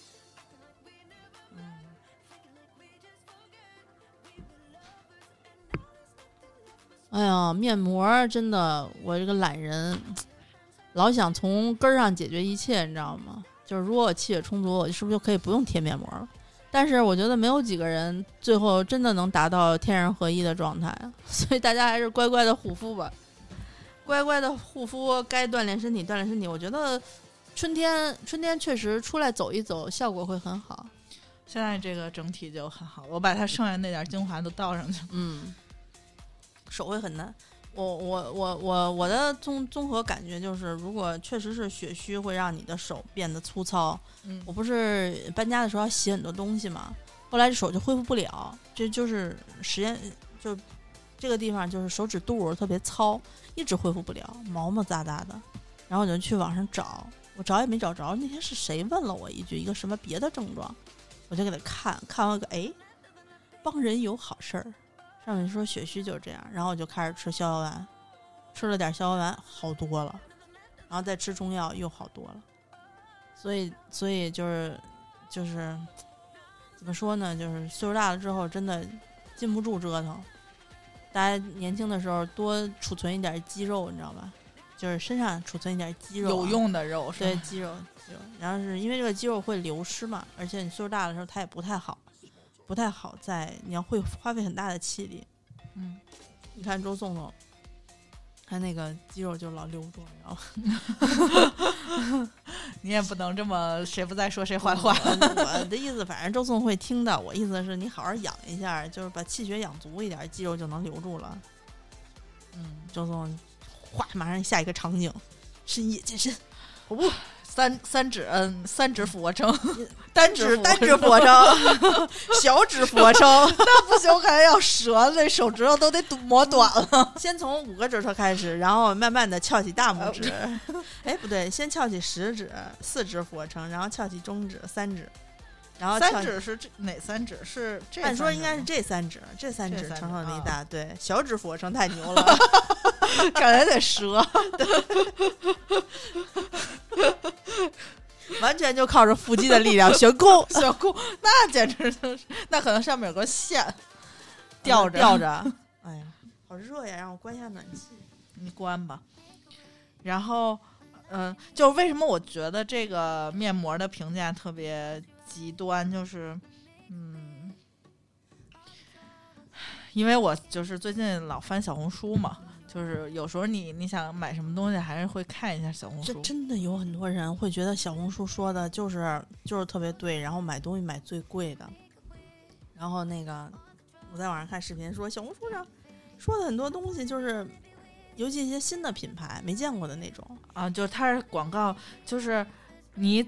哎呀，面膜真的，我这个懒人老想从根儿上解决一切，你知道吗？就是如果我气血充足，我是不是就可以不用贴面膜了？但是我觉得没有几个人最后真的能达到天人合一的状态，所以大家还是乖乖的护肤吧，乖乖的护肤，该锻炼身体锻炼身体。我觉得春天春天确实出来走一走，效果会很好。 现在这个整体就很好，我把它剩下那点精华都倒上去。 嗯。手会很难，我我我我我的综综合感觉就是，如果确实是血虚会让你的手变得粗糙， 嗯， 我不是搬家的时候要洗很多东西嘛，后来这手就恢复不了，这就是实验，就这个地方就是手指肚特别糙，一直恢复不了，毛毛扎扎的，然后我就去网上找，我找也没找着，那天是谁问了我一句一个什么别的症状，我就给他看看完个哎，帮人有好事儿。上面说血虚就是这样，然后我就开始吃逍遥丸，吃了点逍遥丸好多了，然后再吃中药又好多了，所以所以就是就是怎么说呢，就是岁数大了之后真的禁不住折腾。大家年轻的时候多储存一点肌肉，你知道吧？就是身上储存一点肌肉、啊， 有用的肉， 对肌肉肌肉。然后是因为这个肌肉会流失嘛，而且你岁数大的时候它也不太好。不太好在，你要会花费很大的气力。 嗯， 你看周颂颂，他那个肌肉就老溜住，你知道吗？ 你也不能这么谁不在说谁坏话。 我的意思，反正周颂会听的。我意思是你好好养一下，就是把气血养足一点，肌肉就能留住了。嗯，周颂，哗，马上下一个场景，深夜健身，跑步。 三三指嗯，三指俯卧撑， 单指单指俯卧撑，小指俯卧撑， 那不行，我感觉要折了，那手指头都得磨短了。 先从五个指头开始，然后慢慢的翘起大拇指。哎，不对，先翘起食指，四指俯卧撑，然后翘起中指，三指，然后三指是这哪三指？是这按说应该是这三指，这三指承受力大。 啊、 对，小指俯卧撑太牛了， 感觉得折。 完全就靠着腹肌的力量悬空， 悬空，那简直就是，那可能上面有个线吊着吊着。哎呀，好热呀！让我关一下暖气。 你关吧。然后，嗯、呃，就是为什么我觉得这个面膜的评价特别极端，就是，嗯，因为我就是最近老翻小红书嘛。就是有时候你你想买什么东西，还是会看一下小红书。 这真的有很多人会觉得小红书说的就是就是特别对，然后买东西买最贵的。然后那个我在网上看视频说，小红书上说的很多东西就是，尤其一些新的品牌没见过的那种啊，就是它是广告，就是你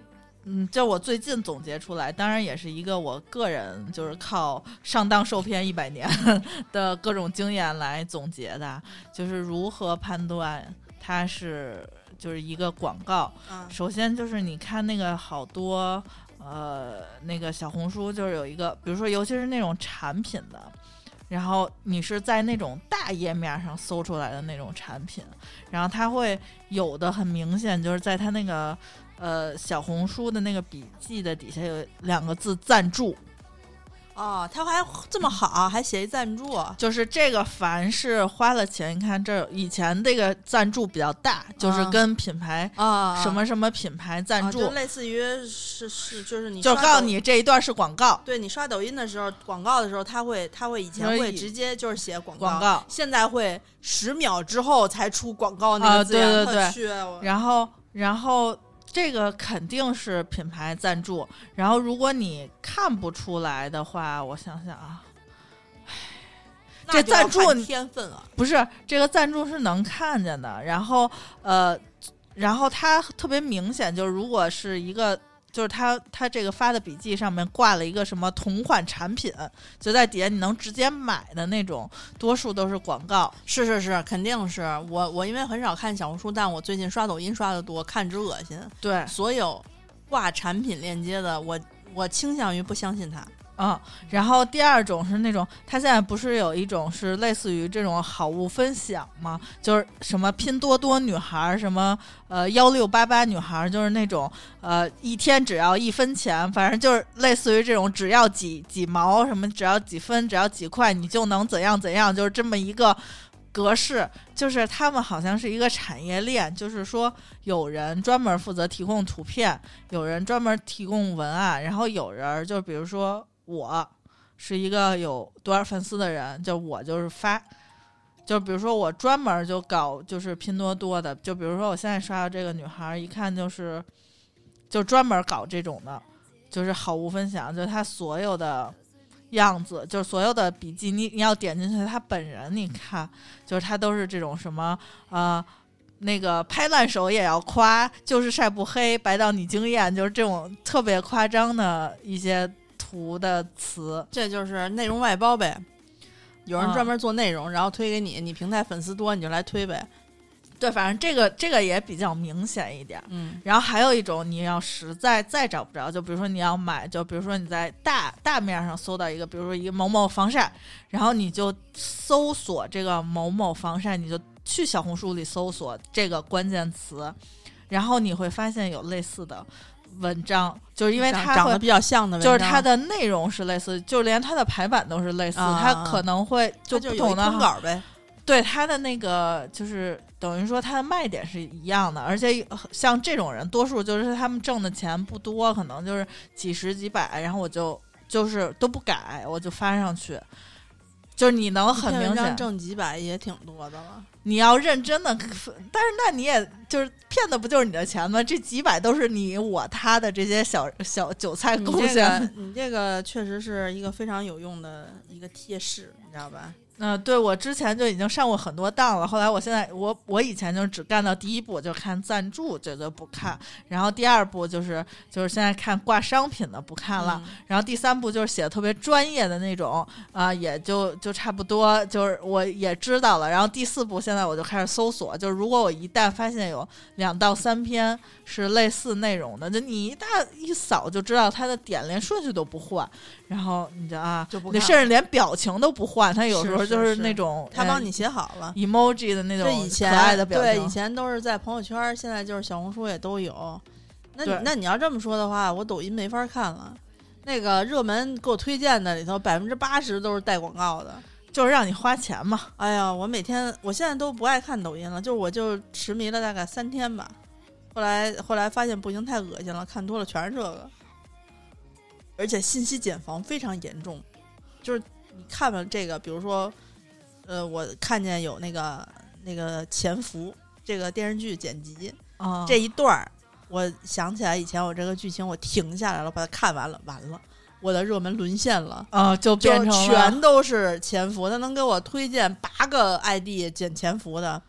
嗯，这我最近总结出来，当然也是一个我个人就是靠上当受骗一百年的各种经验来总结的，就是如何判断它是就是一个广告。 嗯、 首先就是你看那个好多呃那个小红书，就是有一个，比如说尤其是那种产品的。然后你是在那种大页面上搜出来的那种产品，然后它会有的很明显，就是在它那个呃小红书的那个笔记的底下有两个字赞助。 哦，他还这么好，还写一赞助， 就是这个凡是花了钱，你看这以前这个赞助比较大，就是跟品牌啊什么什么品牌赞助， 啊、就类似于是是就是你就告诉你这一段是广告。 对，你刷抖音的时候，广告的时候，他会他会以前会直接就是写广告， 广告现在会十秒之后才出广告那个字眼， 啊、对对对， 然后然后。这个肯定是品牌赞助，然后如果你看不出来的话，我想想啊，这赞助天分啊， 不是这个赞助是能看见的，然后呃，然后它特别明显，就是如果是一个。就是他他这个发的笔记上面挂了一个什么同款产品，就在底下你能直接买的那种，多数都是广告。 是是是，肯定是我我因为很少看小红书，但我最近刷抖音刷的多，看直恶心。 对， 所有挂产品链接的，我我倾向于不相信它。 嗯，然后第二种是那种，它现在不是有一种是类似于这种好物分享吗？就是什么拼多多女孩，什么呃幺六八八女孩，就是那种呃一天只要一分钱，反正就是类似于这种只要几几毛，什么只要几分，只要几块，你就能怎样怎样，就是这么一个格式。就是他们好像是一个产业链，就是说有人专门负责提供图片，有人专门提供文案，然后有人就比如说。我是一个有多少粉丝的人，就我就是发，就比如说我专门就搞就是拼多多的，就比如说我现在刷到这个女孩，一看就是就专门搞这种的，就是好物分享，就是她所有的样子，就是所有的笔记，你你要点进去，她本人你看，就是她都是这种什么呃。那个拍烂手也要夸，就是晒不黑，白到你惊艳，就是这种特别夸张的一些图的词， 这就是内容外包呗。有人专门做内容，嗯、然后推给你，你平台粉丝多，你就来推呗。 对，反正这个这个也比较明显一点。 嗯， 然后还有一种，你要实在再找不着，就比如说你要买，就比如说你在大大面上搜到一个，比如说一个某某防晒，然后你就搜索这个某某防晒，你就去小红书里搜索这个关键词，然后你会发现有类似的文章，就是因为它长得比较像的文章，就是它的内容是类似，就连它的排版都是类似， 啊、 它可能会就不同的通稿呗。 对，它的那个就是等于说它的卖点是一样的，而且像这种人，多数就是他们挣的钱不多，可能就是几十几百，然后我就就是都不改，我就发上去。就是你能很明显挣几百也挺多的了。 你要认真的，但是那你也就是骗的不就是你的钱吗？这几百都是你我他的这些小小韭菜贡献。 你这个，你这个确实是一个非常有用的一个贴士，你知道吧？ 嗯、呃，对，我之前就已经上过很多当了，后来我现在我我以前就只干到第一步就看赞助，这就不看，然后第二步就是就是现在看挂商品的不看了， 嗯、 然后第三步就是写的特别专业的那种啊、呃，也就就差不多就是我也知道了，然后第四步现在我就开始搜索，就是如果我一旦发现有两到三篇是类似内容的，就你一大一扫就知道它的点连顺序都不换，然后你就啊， 就不你甚至连表情都不换，它有时候就是那种他帮你写好了 emoji 的那种以前可爱的表情。 对，以前都是在朋友圈，现在就是小红书也都有。那对那你要这么说的话，我抖音没法看了。那个热门给我推荐的里头，百分之八十都是带广告的， 就是让你花钱嘛。 哎呀，我每天我现在都不爱看抖音了，就是我就痴迷了大概三天吧。后来后来发现不行，太恶心了，看多了全是这个，而且信息茧房非常严重。就是你看了这个，比如说。呃，我看见有那个那个潜伏这个电视剧剪辑、 哦、 这一段儿，我想起来以前我这个剧情我停下来了，把它看完了，完了，我的热门沦陷了啊、哦，就变成了全都是潜伏，他能给我推荐八个 I D 剪潜伏的，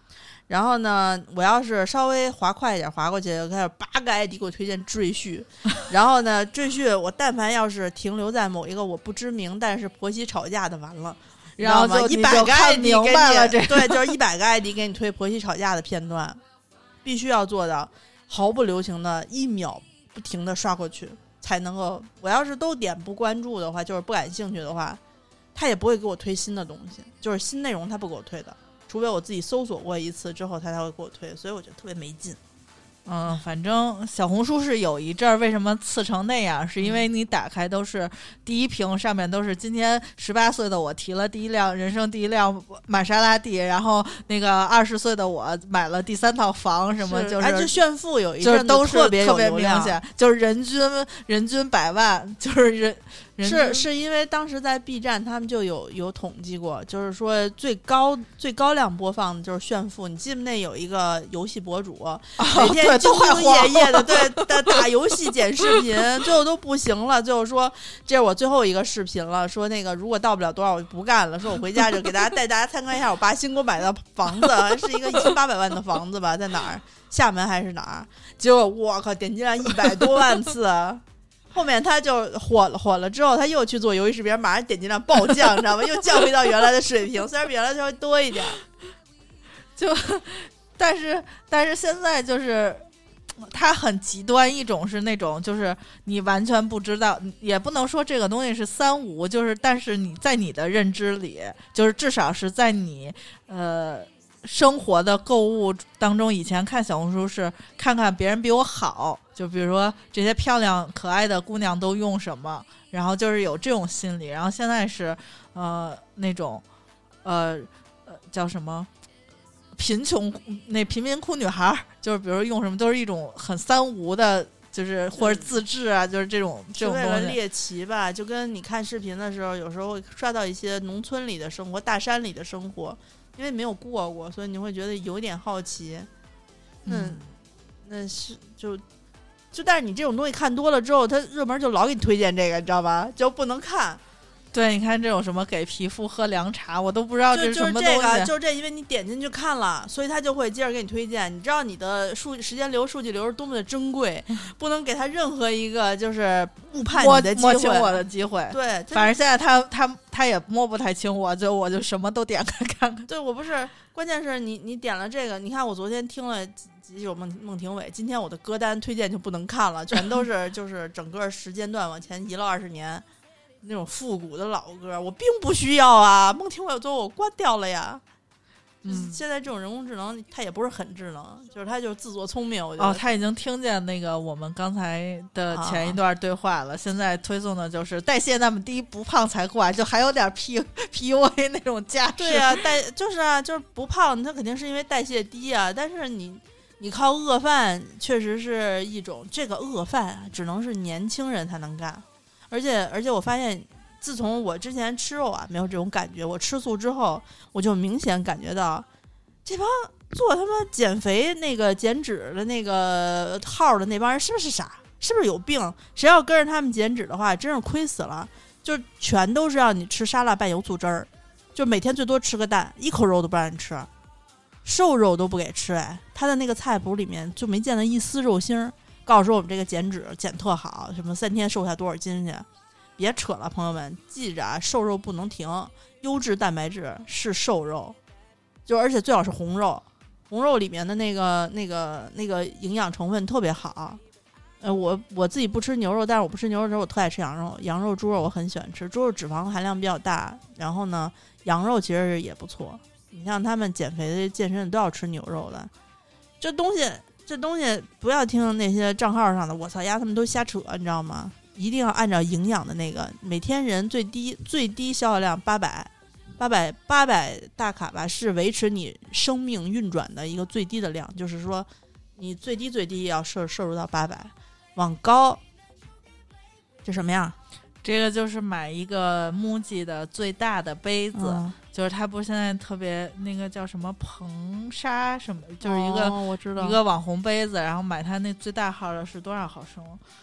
然后呢，我要是稍微滑快一点滑过去，就开始八个 I D 给我推荐赘婿，然后呢，赘婿我但凡要是停留在某一个我不知名但是婆媳吵架的完了， 然后就一百个 I D 给了， 你，对，就是一百个 I D 给你推婆媳吵架的片段，必须要做到毫不留情的一秒不停的刷过去，才能够。我要是都点不关注的话，就是不感兴趣的话，他也不会给我推新的东西，就是新内容他不给我推的。除非我自己搜索过一次之后，他才会给我推，所以我觉得特别没劲。 嗯，反正小红书是有一阵儿为什么刺成那样，是因为你打开都是第一屏上面都是今天十八岁的我提了第一辆人生第一辆玛莎拉蒂，然后那个二十岁的我买了第三套房，什么就是哎，就炫富有一阵子都是特别特别明显，就是人均人均百万，就是人。 是是因为当时在 B 站他们就有有统计过，就是说最高最高量播放的就是炫富。你记不那有一个游戏博主， 哦、 每天兢兢业业的对打打游戏剪视频，最后都不行了，最后说这是我最后一个视频了，说那个如果到不了多少我就不干了，说我回家就给大家带大家参观一下我爸新给我买的房子，是一个一千八百万的房子吧，在哪儿？厦门还是哪儿？结果我靠，点击量一百多万次。后面他就火了，火了之后他又去做游戏视频，马上点击量暴降，你知道吗？又降回到原来的水平，虽然比原来稍微多一点， 就但是但是现在就是它很极端，一种是那种就是你完全不知道，也不能说这个东西是三无，就是但是你在你的认知里，就是至少是在你呃。生活的购物当中，以前看小红书是看看别人比我好，就比如说这些漂亮可爱的姑娘都用什么，然后就是有这种心理。然后现在是呃那种呃呃叫什么贫穷那贫民窟女孩，就是比如用什么都是一种很三无的，就是或者自制啊，就是这种这种东西。 为了猎奇吧，就跟你看视频的时候，有时候会刷到一些农村里的生活、大山里的生活。因为没有过过，所以你会觉得有点好奇。嗯，那是就就，但是你这种东西看多了之后，它热门就老给你推荐这个，你知道吧？就不能看。 对，你看这种什么给皮肤喝凉茶，我都不知道这是什么东西。 就是这个，就是这，因为你点进去看了，所以他就会接着给你推荐。你知道你的数时间流、数据流是多么的珍贵，不能给他任何一个就是误判你的机会、 摸清我的机会。 对， 反正现在他他他也摸不太清我，就我就什么都点开看看。 对，我不是，关键是你你点了这个，你看我昨天听了几几首孟孟庭苇，今天我的歌单推荐就不能看了，全都是就是整个时间段往前移了二十年。那种复古的老歌我并不需要啊，孟庭苇最后我关掉了呀。嗯，现在这种人工智能它也不是很智能，就是它就是自作聪明。我觉得哦，他已经听见那个我们刚才的前一段对话了，啊、现在推送的就是代谢那么低不胖才怪，就还有点 P P U A 那种架势。 对啊，代就是啊，就是不胖它肯定是因为代谢低啊，但是你你靠饿饭确实是一种，这个饿饭只能是年轻人才能干。而且而且我发现，自从我之前吃肉啊没有这种感觉，我吃素之后，我就明显感觉到，这帮做他妈减肥那个减脂的那个号的那帮人是不是傻？是不是有病？谁要跟着他们减脂的话，真是亏死了。就全都是让你吃沙拉拌油醋汁儿，就每天最多吃个蛋，一口肉都不让你吃，瘦肉都不给吃。哎，他的那个菜谱里面就没见到一丝肉腥儿。告诉说我们这个减脂减特好，什么三天瘦下多少斤去，别扯了，朋友们，记着啊，瘦肉不能停，优质蛋白质是瘦肉，就而且最好是红肉，红肉里面的那个那个那个营养成分特别好。呃，我我自己不吃牛肉，但是我不吃牛肉的时候，我特爱吃羊肉，羊肉、猪肉我很喜欢吃，猪肉脂肪含量比较大，然后呢，羊肉其实也不错。你像他们减肥的健身都要吃牛肉的，这东西。这东西不要听那些账号上的，我操呀，他们都瞎扯，你知道吗？一定要按照营养的那个，每天人最低最低消耗量八百，八百八百大卡吧，是维持你生命运转的一个最低的量，就是说你最低最低要摄摄入到八百，往高，这什么样？ 这个就是买一个 MUJI 的最大的杯子。嗯，就是它不是现在特别那个叫什么硼砂什么，就是一个、 哦、我知道一个网红杯子，然后买它那最大号的是多少毫升？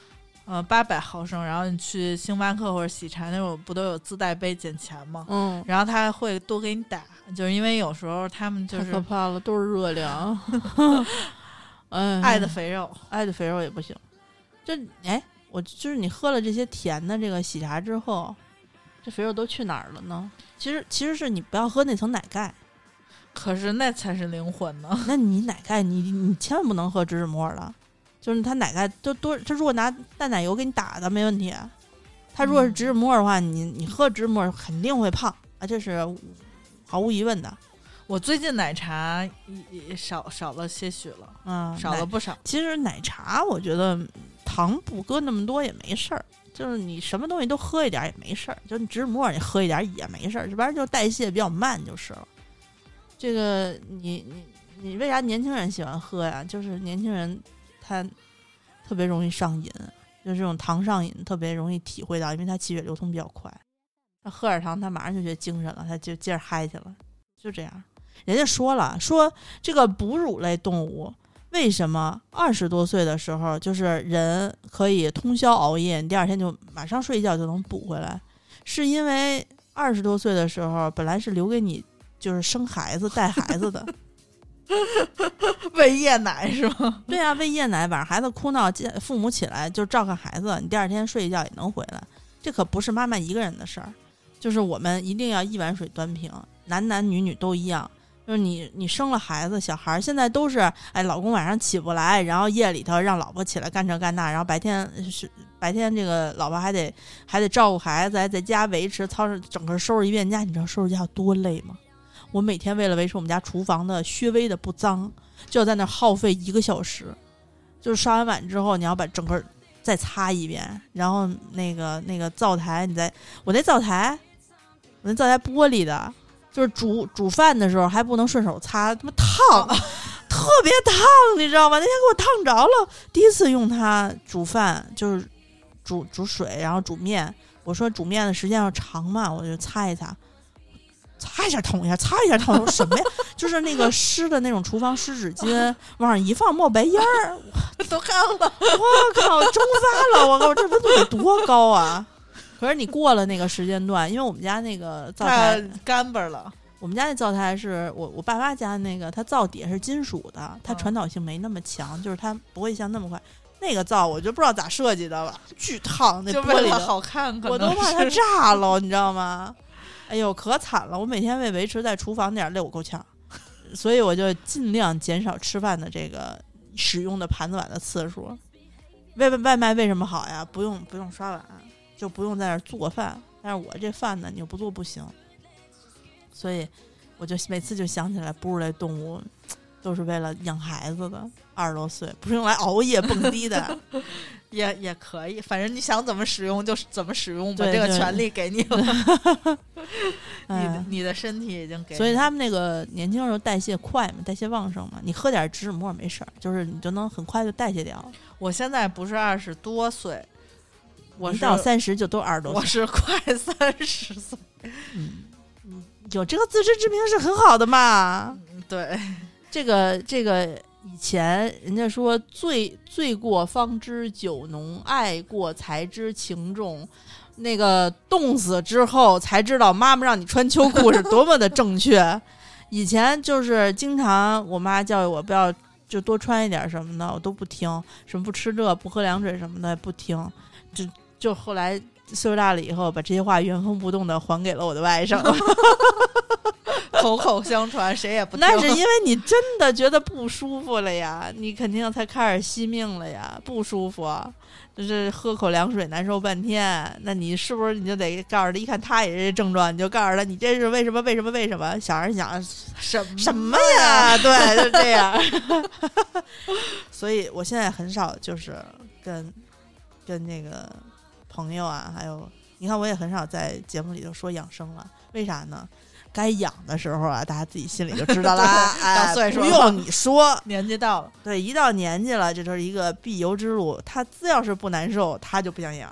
呃八百毫升，然后你去星巴克或者喜茶那种不都有自带杯减钱吗？ 嗯， 然后他会多给你打，就是因为有时候他们就是太可怕了，都是热量。哎， 爱的肥肉， 爱的肥肉也不行。就哎，我就是你喝了这些甜的这个喜茶之后，这肥肉都去哪儿了呢？其实其实是你不要喝那层奶盖， 可是那才是灵魂呢。 那你奶盖你你千万不能喝芝士沫了，就是它奶盖都多，它如果拿淡奶油给你打的没问题，它如果是芝士沫的话，你你喝芝士沫肯定会胖啊，这是毫无疑问的。 我最近奶茶也也少少了些许了， 嗯， 少了不少。 其实奶茶我觉得糖不搁那么多也没事儿，就是你什么东西都喝一点也没事儿，就你芝士沫你喝一点也没事儿，这玩意儿就代谢比较慢就是了。这个你你你为啥年轻人喜欢喝呀？就是年轻人他特别容易上瘾，就这种糖上瘾特别容易体会到，因为他气血流通比较快，他喝点糖他马上就觉得精神了，他就接着嗨去了，就这样。人家说了，说这个哺乳类动物为什么二十多岁的时候，就是人可以通宵熬夜，第二天就马上睡觉就能补回来，是因为二十多岁的时候本来是留给你就是生孩子带孩子的。 喂夜奶是吗？ 对啊，喂夜奶，晚上孩子哭闹，父母起来就照看孩子，你第二天睡一觉也能回来，这可不是妈妈一个人的事儿，就是我们一定要一碗水端平，男男女女都一样。就是你你生了孩子小孩现在都是哎，老公晚上起不来，然后夜里头让老婆起来干这干那，然后白天是白天这个老婆还得还得照顾孩子，还在家维持操持整个收拾一遍家，你知道收拾家有多累吗？我每天为了维持我们家厨房的略微的不脏，就要在那耗费一个小时，就是刷完碗之后你要把整个再擦一遍，然后那个那个灶台你再我那灶台我那灶台玻璃的，就是煮煮饭的时候还不能顺手擦，他妈烫，特别烫，你知道吗？那天给我烫着了。第一次用它煮饭，就是煮煮水，然后煮面。我说煮面的时间要长嘛，我就擦一擦，擦一下捅一下，擦一下捅。我说什么呀？就是那个湿的那种厨房湿纸巾，往上一放冒白烟儿， 都看了。 我靠，蒸发了！我靠，这温度得多高啊！可是你过了那个时间段，因为我们家那个灶台干巴了。 我们家那灶台是我我爸妈家那个，它灶底是金属的，它传导性没那么强，嗯、就是它不会像那么快。那个灶我就不知道咋设计的了，巨烫，那玻璃的好看， 我都怕它炸了，你知道吗？哎呦，可惨了！我每天为维持在厨房那点累我够呛，所以我就尽量减少吃饭的这个使用的盘子碗的次数。外外卖为什么好呀？不用不用刷碗。就不用在那儿做饭，但是我这饭呢，你又不做不行，所以我就每次就想起来，哺乳类动物都是为了养孩子的，二十多岁不是用来熬夜蹦迪的， 也也可以，反正你想怎么使用就怎么使用吧， 这个权利给你了，你的你的身体已经给你了。 所以他们那个年轻时候代谢快嘛，代谢旺盛嘛，你喝点芝士沫没事儿，就是你就能很快就代谢掉。 我现在不是二十多岁。 我到三十就都二十多岁， 我是快三十岁。 嗯，有这个自知之明是很好的嘛。 嗯、对， 这个这个以前人家说醉醉过方知酒浓，爱过才知情重。那个冻死之后才知道妈妈让你穿秋裤是多么的正确。以前就是经常我妈教育我不要就多穿一点什么的，我都不听，什么不吃这不喝凉水什么的不听。就就后来岁数大了以后，把这些话原封不动的还给了我的外甥， 口口相传，谁也不听。 那是因为你真的觉得不舒服了呀，你肯定才开始惜命了呀，不舒服，就是喝口凉水难受半天。那你是不是你就得告诉他，一看他也是这症状，你就告诉他你这是为什么为什么为什么？小孩想什么什么呀？对，就这样。所以我现在很少就是跟。跟那个朋友啊，还有你看，我也很少在节目里头说养生了，为啥呢？该养的时候啊，大家自己心里就知道啦。 到岁数不用你说， 年纪到了， 对，一到年纪了，这就是一个必由之路。他只要是不难受，他就不想养。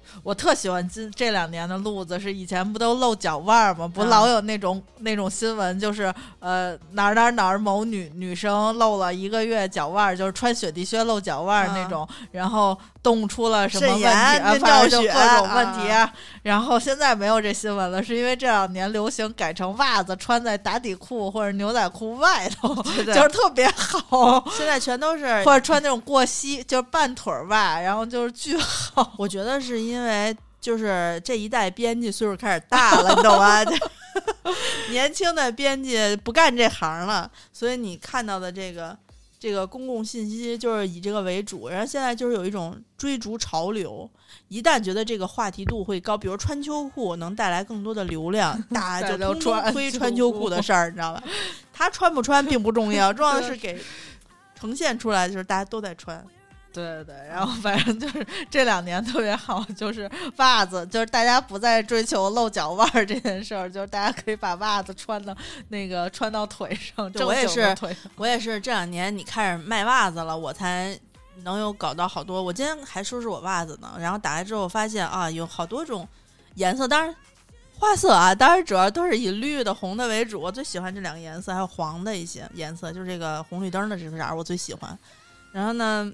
我特喜欢今这两年的路子，是以前不都露脚腕吗？不老有那种、嗯、那种新闻，就是呃哪儿哪儿哪儿某女女生露了一个月脚腕，就是穿雪地靴露脚腕那种，嗯、然后冻出了什么问题啊，反正就各种问题、啊。然后现在没有这新闻了，是因为这两年流行改成袜子穿在打底裤或者牛仔裤外头， 对对就是特别好。 现在全都是或者穿那种过膝，就是半腿袜，然后就是巨好。 我觉得是因为就是这一代编辑岁数开始大了，你懂吗？年轻的编辑不干这行了，所以你看到的这个这个公共信息就是以这个为主。然后现在就是有一种追逐潮流，一旦觉得这个话题度会高，比如穿秋裤能带来更多的流量，大家就通通推穿秋裤的事儿，你知道吧？他穿不穿并不重要，重要的是给呈现出来就是大家都在穿。 对对，然后反正就是这两年特别好，就是袜子，就是大家不再追求露脚腕这件事儿，就是大家可以把袜子穿到那个穿到腿上。 我也是，我也是这两年你开始卖袜子了，我才能有搞到好多。我今天还收拾我袜子呢，然后打开之后发现啊，有好多种颜色，当然花色啊，当然主要都是以绿的、红的为主。我最喜欢这两个颜色，还有黄的一些颜色，就是这个红绿灯的这个色我最喜欢。然后呢？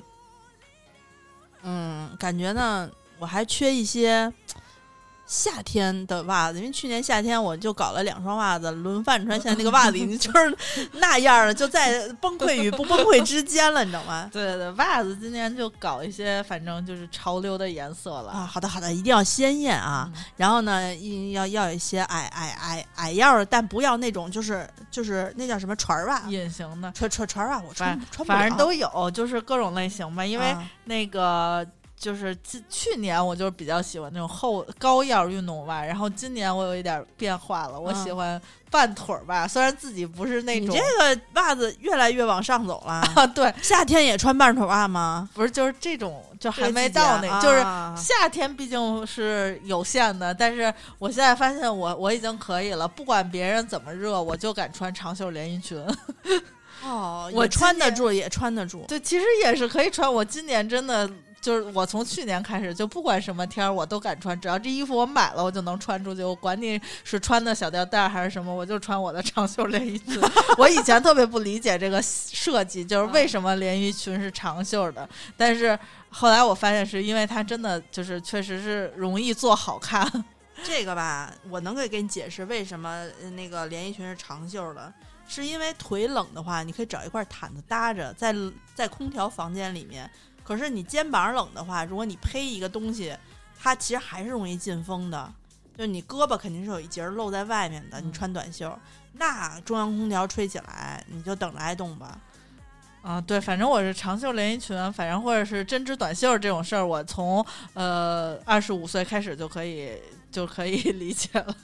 嗯，感觉呢，我还缺一些夏天的袜子，因为去年夏天我就搞了两双袜子轮番穿，现在那个袜子已经就是那样了，就在崩溃与不崩溃之间了，你知道吗？ 对对，袜子今年就搞一些，反正就是潮流的颜色了啊。好的好的，一定要鲜艳啊！嗯、然后呢，要要有一些矮矮矮矮腰，但不要那种就是就是那叫什么船袜， 隐形的船船船袜，我穿穿不了， 反正都有，就是各种类型吧，因为那个。啊就是去年我就是比较喜欢那种厚高腰运动袜，然后今年我有一点变化了，我喜欢半腿袜，嗯、虽然自己不是那种。 你这个袜子越来越往上走了啊！对， 夏天也穿半腿袜吗？ 不是，就是这种，就还没到那，就是夏天毕竟是有限的，但是我现在发现我我已经可以了，不管别人怎么热，我就敢穿长袖连衣裙。 哦，我穿得住，也穿得住。 对，其实也是可以穿。我今年真的。就是我从去年开始，就不管什么天我都敢穿，只要这衣服我买了，我就能穿出去。我管你是穿的小吊带还是什么，我就穿我的长袖连衣裙。我以前特别不理解这个设计，就是为什么连衣裙是长袖的，但是后来我发现是因为它真的就是确实是容易做好看。 这个吧，我能够给你解释为什么那个连衣裙是长袖的，是因为腿冷的话，你可以找一块毯子搭着，在在空调房间里面。可是你肩膀冷的话，如果你披一个东西，它其实还是容易进风的。就你胳膊肯定是有一截露在外面的，你穿短袖，嗯、那中央空调吹起来，你就等着挨冻吧。 啊，对，反正我是长袖连衣裙，反正或者是针织短袖这种事儿，我从呃二十五岁开始就可以就可以理解了。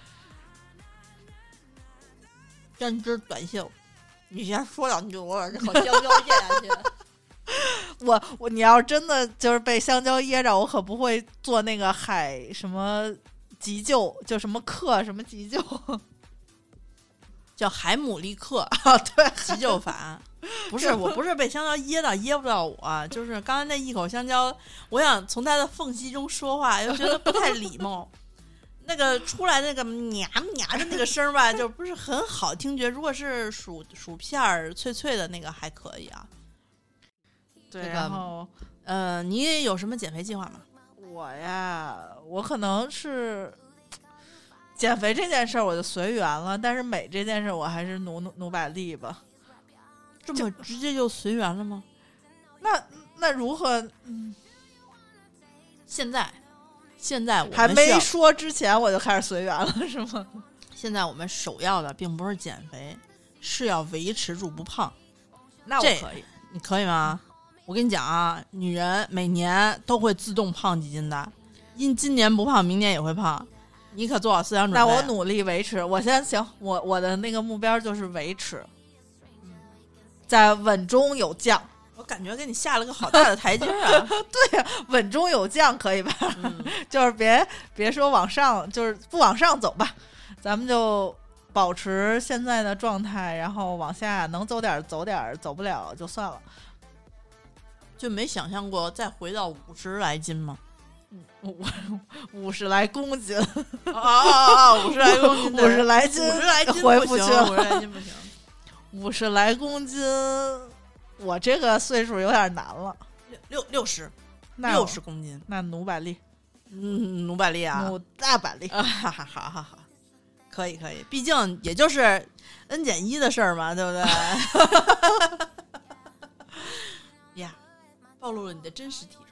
针织短袖，你先说两句，我这口香蕉咽下去。 我我你要真的就是被香蕉噎着，我可不会做那个海什么急救，就什么克什么急救， 叫海姆立克啊，对， 急救法。不是，我不是被香蕉噎到，噎不到我，就是刚才那一口香蕉，我想从它的缝隙中说话，又觉得不太礼貌。那个出来那个nha nha的那个声吧，就不是很好听觉。如果是薯薯片儿脆脆的那个还可以啊。 对，然后呃，你有什么减肥计划吗？ 我呀，我可能是减肥这件事儿我就随缘了，但是美这件事我还是努努努把力吧。 这么直接就随缘了吗？ 那那如何？嗯， 现在现在我们还没说之前我就开始随缘了，是吗？ 现在我们首要的并不是减肥，是要维持住不胖。 那我可以， 你可以吗？我跟你讲啊，女人每年都会自动胖几斤的，因今年不胖，明年也会胖，你可做好思想准备。 那我努力维持，我现在行，我我的那个目标就是维持，在稳中有降。 我感觉给你下了个好大的台阶啊！ 对呀、啊，稳中有降可以吧？嗯、就是别别说往上，就是不往上走吧，咱们就保持现在的状态，然后往下能走点走点，走不了就算了。 就没想象过再回到五十来斤吗？ 五五十来公斤， 哦哦哦，五十来公斤， 五十来斤， 五十来斤回不去了， 五十来斤不行， 五十来公斤，我这个岁数有点难了。 六六六十， 那六十公斤， 那努百力， 嗯，努百力啊， 努大百力啊，好好好好好，可以可以，毕竟也就是 n 减一的事儿嘛，对不对？呀，暴露了你的真实体重。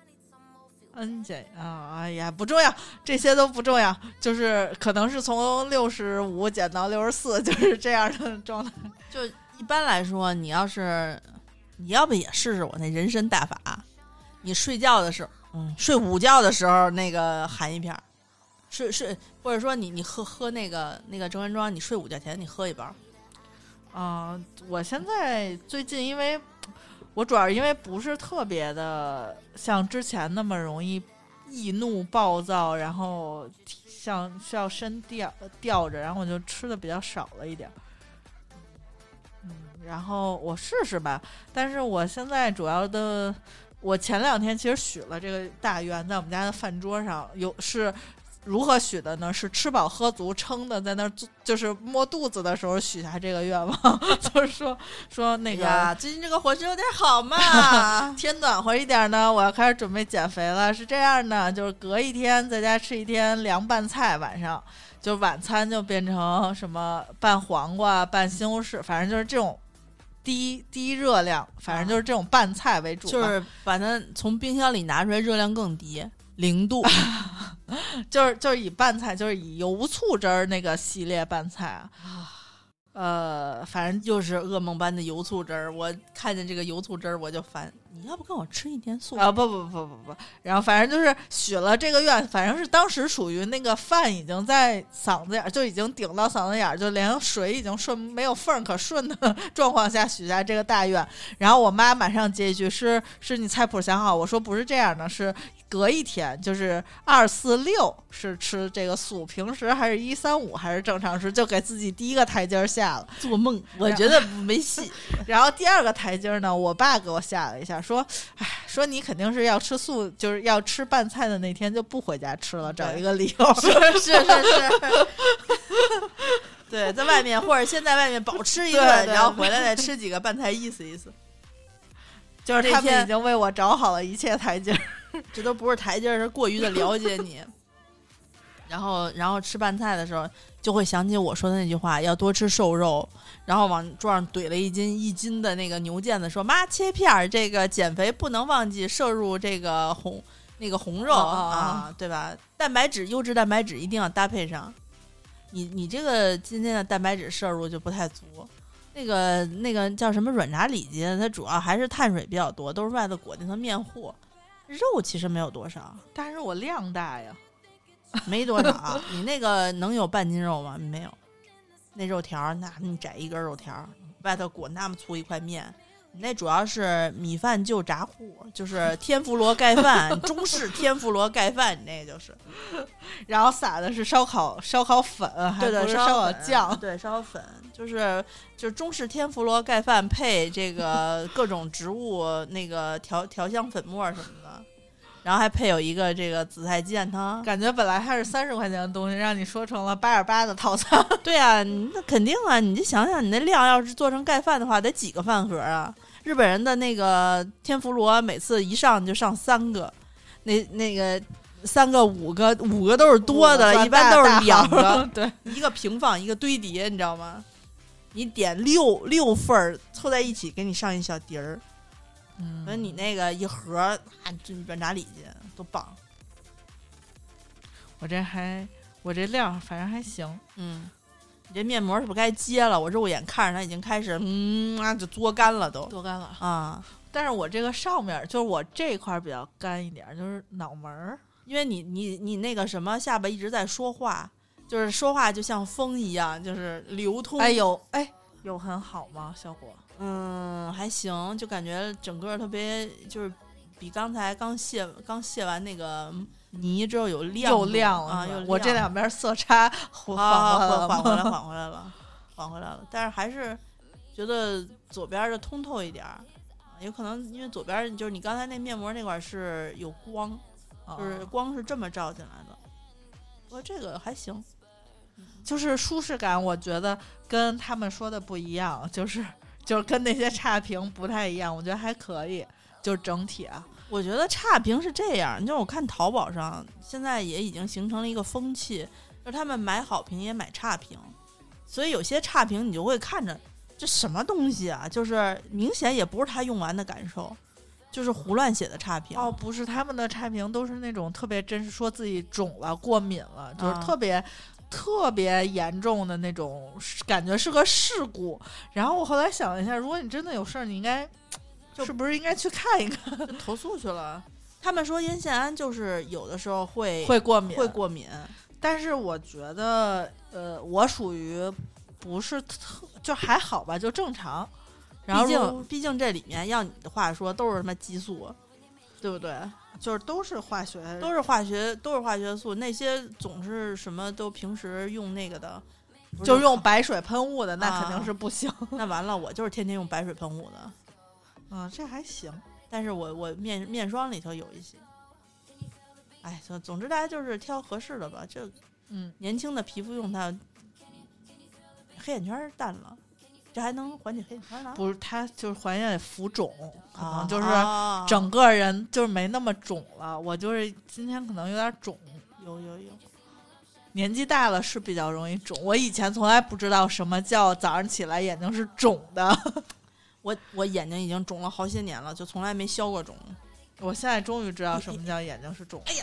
N 减啊，哎呀，不重要，这些都不重要，就是可能是从六十五减到六十四，就是这样的状态。 就一般来说，你要是你要不也试试我那人参大法？你睡觉的时候，嗯，睡午觉的时候那个含一片儿，睡睡或者说你你喝喝那个那个正安庄，你睡午觉前你喝一包。 啊、呃，我现在最近因为。我主要是因为不是特别的像之前那么容易易怒暴躁，然后像需要身吊吊着，然后我就吃的比较少了一点。嗯，然后我试试吧。但是我现在主要的，我前两天其实许了这个大愿，在我们家的饭桌上有是。如何许的呢？是吃饱喝足撑的，在那儿就是摸肚子的时候许下这个愿望，就是说说那个、 哎、最近这个伙食有点好嘛， 天暖和一点呢，我要开始准备减肥了。是这样的，就是隔一天在家吃一天凉拌菜，晚上就晚餐就变成什么拌黄瓜、拌西红柿，反正就是这种低低热量，反正就是这种拌菜为主， 就是把它从冰箱里拿出来，热量更低，零度。 就是就是以拌菜，就是以油醋汁儿那个系列拌菜啊，呃，反正就是噩梦般的油醋汁儿。我看见这个油醋汁儿我就烦。你要不跟我吃一天素啊？不不不不不，然后反正就是许了这个愿，反正是当时属于那个饭已经在嗓子眼，就已经顶到嗓子眼，就连水已经顺没有缝可顺的状况下许下这个大愿。然后我妈马上接一句：“是是你菜谱想好？”我说：“不是这样的，是。”隔一天就是二四六是吃这个素，平时还是一三五还是正常吃，就给自己第一个台阶下了。 做梦，我觉得没戏。 然后第二个台阶呢，我爸给我下了一下，说：“哎，说你肯定是要吃素，就是要吃拌菜的那天就不回家吃了，找一个理由。” 是是是是。对，在外面或者先在外面饱吃一顿， 对对然后回来再吃几个拌菜，意思意思。 就是他们已经为我找好了一切台阶。 这都不是台阶，是过于的了解你。然后，然后吃拌菜的时候，就会想起我说的那句话：要多吃瘦肉。然后往桌上怼了一斤一斤的那个牛腱子，说：“妈，切片儿，这个减肥不能忘记摄入这个红那个红肉、哦、啊，对吧？蛋白质，优质蛋白质一定要搭配上。你你这个今天的蛋白质摄入就不太足。那个那个叫什么软炸里脊，它主要还是碳水比较多，都是外头裹那层面糊。”肉其实没有多少， 但是我量大呀， 没多少。你那个能有半斤肉吗？没有。那肉条，那你摘一根肉条，外头裹那么粗一块面，你那主要是米饭就炸糊，就是天妇罗盖饭，中式天妇罗盖饭，你那就是。 然后撒的是烧烤烧烤粉，还不是烧烤酱， 对，烧烤粉，就是就是中式天妇罗盖饭配这个各种植物那个调调香粉末什么的。然后还配有一个这个紫菜鸡蛋汤， 感觉本来还是三十块钱的东西，让你说成了八十八的套餐。 对啊，那肯定啊！你就想想，你那量要是做成盖饭的话，得几个饭盒啊？日本人的那个天妇罗，每次一上就上三个，那那个三个、五个，五个都是多的了，一般都是两个， 对， 一个平放，一个堆叠，你知道吗？你点六六份儿凑在一起，给你上一小碟儿。 嗯， 所以你那个一盒啊，这软炸里脊多棒！ 我这还我这量反正还行， 嗯，你这面膜是不是该接了？我肉眼看着它已经开始，嗯啊，就嘬干了都， 嘬干了啊！ 但是我这个上面就是我这块比较干一点，就是脑门儿， 因为你你你那个什么下巴一直在说话，就是说话就像风一样，就是流通。 哎有哎有很好吗？效果？ 嗯，还行，就感觉整个特别，就是比刚才刚卸刚卸完那个泥之后有亮， 又亮了啊！又亮我这两边色差缓缓缓回来，缓回来了，缓回来了。但是还是觉得左边的通透一点，有可能因为左边就是你刚才那面膜那块是有光就是光是这么照进来的。不过这个还行， 就是舒适感，我觉得跟他们说的不一样，就是就是跟那些差评不太一样，我觉得还可以，就是整体啊。 我觉得差评是这样，就是我看淘宝上现在也已经形成了一个风气，就是他们买好评也买差评，所以有些差评你就会看着这什么东西啊，就是明显也不是他用完的感受，就是胡乱写的差评。 哦，不是，他们的差评都是那种特别真实，说自己肿了、过敏了，就是特别、啊、特别严重的那种，感觉是个事故。然后我后来想一下，如果你真的有事儿，你应该是不是应该去看一看， 就投诉去了。他们说烟酰胺就是有的时候会会过敏， 会过敏， 但是我觉得，呃，我属于不是特，就还好吧，就正常。然后毕竟毕竟这里面要你的话说都是什么激素，对不对？ 就是都是化学， 都是化学，都是化学素。那些总是什么都平时用那个的， 就用白水喷雾的，那肯定是不行。 啊、那完了，我就是天天用白水喷雾的。 嗯，这还行。 但是我我面面霜里头有一些。哎，总总之大家就是挑合适的吧。这嗯， 年轻的皮肤用它，黑眼圈淡了。这还能缓解黑眼圈呢？ 不是，它就是缓解浮肿，可能就是啊整个人就是没那么肿了。我就是今天可能有点肿， 有有有。 年纪大了是比较容易肿。我以前从来不知道什么叫早上起来眼睛是肿的。 我我眼睛已经肿了好些年了，就从来没消过肿。 我现在终于知道什么叫眼睛是肿的。 哎呀，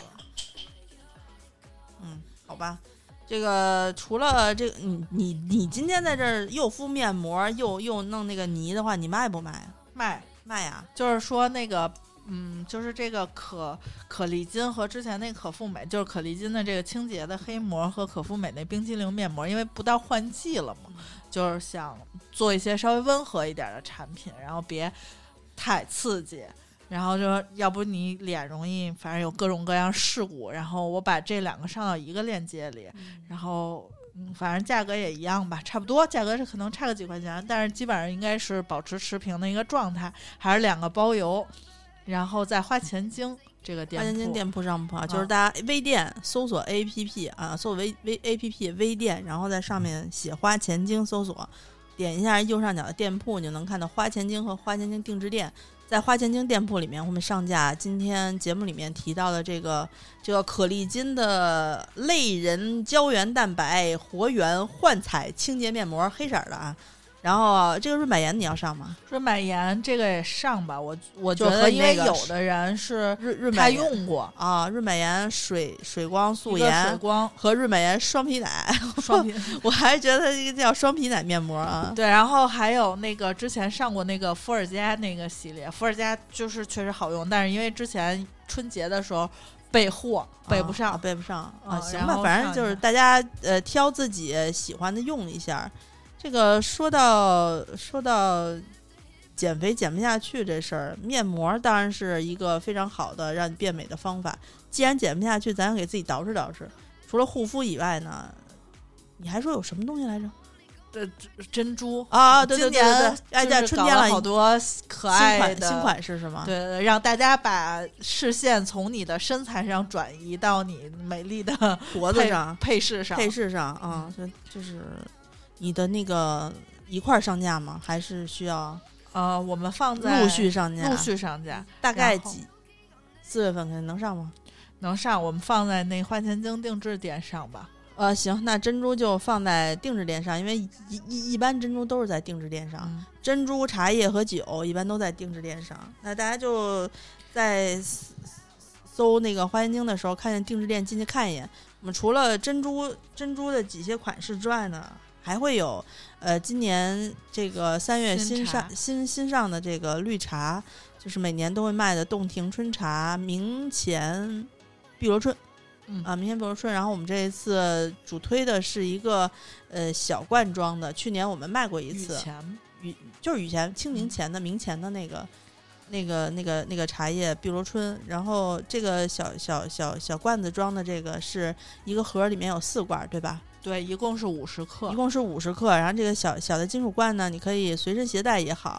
嗯，好吧。这个除了这个，你你你今天在这儿又敷面膜，又又弄那个泥的话，你卖不卖啊？ 卖卖呀、啊！ 就是说那个，嗯，就是这个可可丽金和之前那可复美，就是可丽金的这个清洁的黑膜和可复美那冰激凌面膜，因为不到换季了嘛，就是想做一些稍微温和一点的产品，然后别太刺激。然后就要不你脸容易反正有各种各样事故，然后我把这两个上到一个链接里， 嗯、 然后嗯，反正价格也一样吧，差不多，价格是可能差个几块钱，但是基本上应该是保持持平的一个状态，还是两个包邮，然后在花钱精这个店铺， 花钱精店铺上啊，就是大家微店搜索 A P P 啊，搜索微微 A P P 微店，然后在上面写花钱精搜索，点一下右上角的店铺，你就能看到花钱精和花钱精定制店。在花钱精店铺里面，我们上架今天节目里面提到的这个这个可丽金的类人胶原蛋白活源焕彩清洁面膜，黑色的啊。然后这个润百颜你要上吗？ 润百颜这个也上吧，我我觉得因为有的人是润润他用过啊，润百颜水水光素颜水光和润百颜双皮奶， 双皮， 我还是觉得它这个叫双皮奶面膜啊。 对，然后还有那个之前上过那个伏尔加那个系列，伏尔加就是确实好用，但是因为之前春节的时候备货备不上， 啊、备不上啊、 嗯， 行吧，反正就是大家呃挑自己喜欢的用一下。这个说到说到减肥减不下去这事儿，面膜当然是一个非常好的让你变美的方法。既然减不下去，咱要给自己捯饬捯饬。除了护肤以外呢，你还说有什么东西来着？ 呃，珍珠啊，对对对对对， 哎， 在春天了， 好多可爱的新款式是吗？ 对对，让大家把视线从你的身材上转移到你美丽的脖子上、 配饰上、 配饰上啊，就就是。你的那个一块上架吗？还是需要？ 呃，我们放在陆续上架， 陆续上架， 大概几四月份肯定能上吗？ 能上，我们放在那花钱精定制店上吧。 呃，行，那珍珠就放在定制店上，因为一一一般珍珠都是在定制店上， 嗯、 珍珠、茶叶和酒一般都在定制店上。那大家就在搜那个花钱精的时候，看见定制店进去看一眼。我们除了珍珠珍珠的几些款式之外呢，还会有，呃，今年这个三月新上新新上的这个绿茶，就是每年都会卖的洞庭春茶、明前碧螺春， 嗯啊，明前碧螺春。然后我们这一次主推的是一个呃小罐装的，去年我们卖过一次，雨就是雨前清明前的、嗯、明前的那个那个那个那个茶叶碧螺春。然后这个小小小小罐子装的这个是一个盒，里面有四罐，对吧？ 对，一共是五十克， 一共是五十克。然后这个小小的金属罐呢，你可以随身携带也好，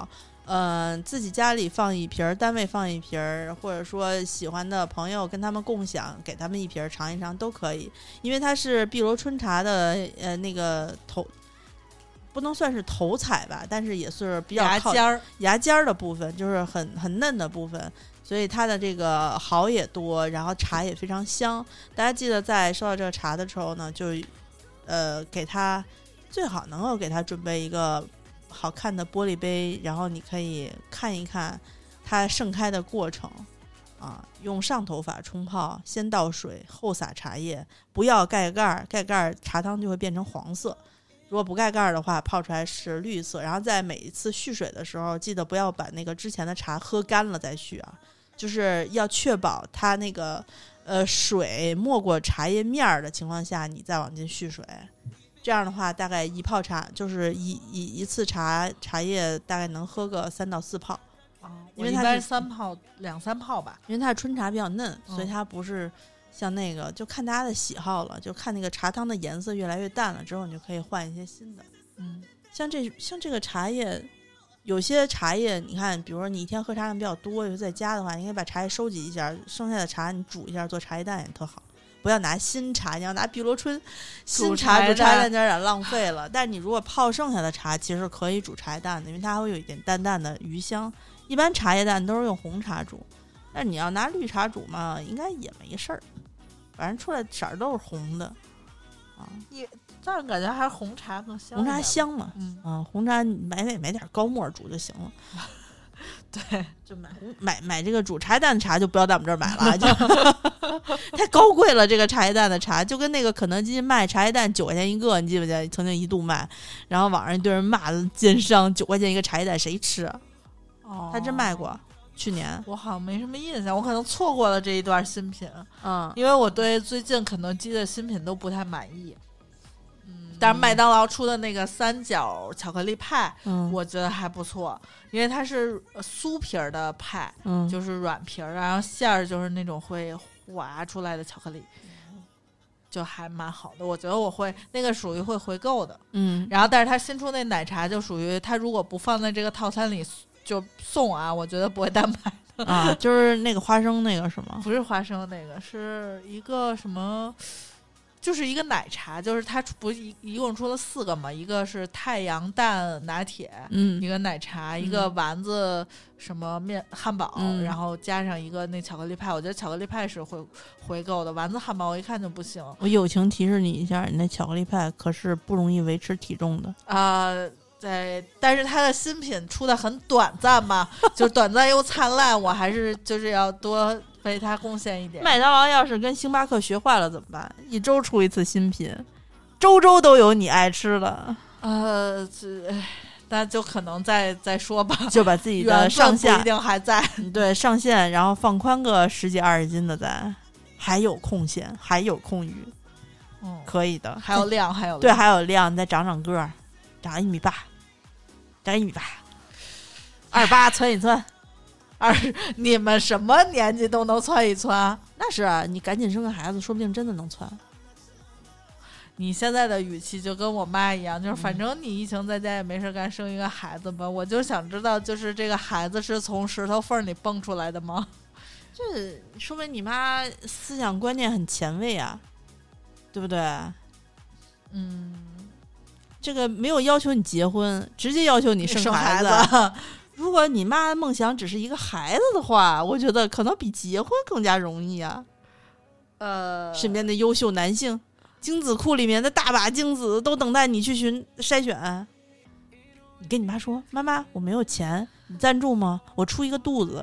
嗯、呃，自己家里放一瓶，单位放一瓶，或者说喜欢的朋友跟他们共享，给他们一瓶尝一尝都可以。因为它是碧螺春茶的呃那个头，不能算是头采吧，但是也是比较靠牙尖儿牙尖儿的部分，就是很很嫩的部分。所以它的这个毫也多，然后茶也非常香。大家记得在收到这个茶的时候呢，就呃给它最好能够给它准备一个好看的玻璃杯，然后你可以看一看它盛开的过程啊。用上头法冲泡，先倒水，后撒茶叶，不要盖盖儿，盖盖儿茶汤就会变成黄色。如果不盖盖儿的话，泡出来是绿色。然后在每一次蓄水的时候，记得不要把那个之前的茶喝干了再蓄啊。就是要确保它那个呃水没过茶叶面的情况下，你再往进蓄水。这样的话，大概一泡茶就是一一一次茶茶叶大概能喝个三到四泡。 哦， 因为它是我一般三泡两三泡吧。 因为它的春茶比较嫩， 嗯所以它不是像那个就看大家的喜好了，就看那个茶汤的颜色越来越淡了之后，你就可以换一些新的。 嗯， 像这像这个茶叶。有些茶叶你看，比如说你一天喝茶量比较多，有在家的话，你可以把茶叶收集一下，剩下的茶你煮一下做茶叶蛋也特好。不要拿新茶，你要拿碧螺春新茶煮茶叶蛋有点浪费了。但是你如果泡剩下的茶，其实可以煮茶叶蛋的，因为它还会有一点淡淡的余香。一般茶叶蛋都是用红茶煮，但是你要拿绿茶煮嘛，应该也没事儿，反正出来色儿都是红的啊。 也但是感觉还是红茶更香， 红茶香嘛， 嗯啊，红茶买买买点高沫煮就行了。 对， 就买买买这个煮茶叶蛋的茶就不要在我们这儿买了，就太高贵了。这个茶叶蛋的茶就跟那个肯德基卖茶叶蛋九块钱一个，你记不记得曾经一度卖？然后网上一堆人骂奸商，九块钱一个茶叶蛋谁吃啊？ 哦， 他真卖过，去年我好像没什么印象，我可能错过了这一段新品， 嗯， 因为我对最近肯德基的新品都不太满意。但是麦当劳出的那个三角巧克力派， 嗯， 我觉得还不错，因为它是酥皮儿的派， 嗯， 就是软皮儿，然后馅儿就是那种会滑出来的巧克力，就还蛮好的。我觉得我会那个属于会回购的， 嗯， 然后但是它新出那奶茶就属于它如果不放在这个套餐里就送啊，我觉得不会单买的啊，就是那个花生那个是吗？ 不是花生那个，是一个什么？就是一个奶茶，就是它不一一共出了四个嘛，一个是太阳蛋拿铁， 嗯， 一个奶茶，一个丸子什么面汉堡， 嗯， 然后加上一个那巧克力派。我觉得巧克力派是回回购的，丸子汉堡我一看就不行。 我友情提示你一下，你那巧克力派可是不容易维持体重的啊。呃在，但是它的新品出的很短暂嘛，就是短暂又灿烂，我还是就是要多为它贡献一点。 麦当劳要是跟星巴克学坏了怎么办？一周出一次新品，周周都有你爱吃的。 呃，这那就可能再再说吧， 就把自己的上限一定还在， 对上限，然后放宽个十几二十斤的咱，还有空闲，还有空余， 嗯， 可以的， 还有量，还有量对，还有量，你再长长个儿，长一米八。长一米八，二八窜一窜， 二你们什么年纪都能窜一窜？ 那是啊，你赶紧生个孩子，说不定真的能窜。 你现在的语气就跟我妈一样，就是反正你疫情在家也没事干，生一个孩子吧。我就想知道，就是这个孩子是从石头缝里蹦出来的吗？ 这说明你妈思想观念很前卫啊，对不对？ 嗯。 这个没有要求你结婚，直接要求你生孩子。 生孩子如果你妈梦想只是一个孩子的话，我觉得可能比结婚更加容易啊。 呃， 身边的优秀男性，精子库里面的大把精子都等待你去寻筛选。你跟你妈说，妈妈，我没有钱，你赞助吗？我出一个肚子。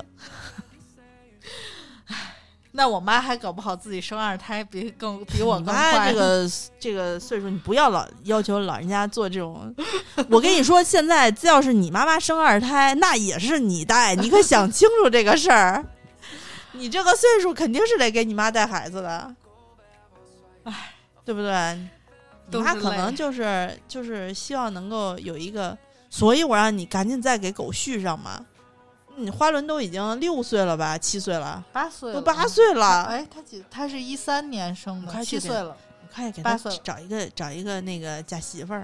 那我妈还搞不好自己生二胎比更比我更快。 这个这个岁数，你不要老要求老人家做这种。我跟你说，现在要是你妈妈生二胎，那也是你带，你可想清楚这个事儿。你这个岁数肯定是得给你妈带孩子的， 哎， 对不对？你妈可能就是就是希望能够有一个，所以我让你赶紧再给狗续上嘛。你花轮都已经六岁了吧，七岁了， 八岁都八岁了。 哎，他几？他是一三年生的，七岁了。 我看也给他找一个找一个那个假媳妇儿。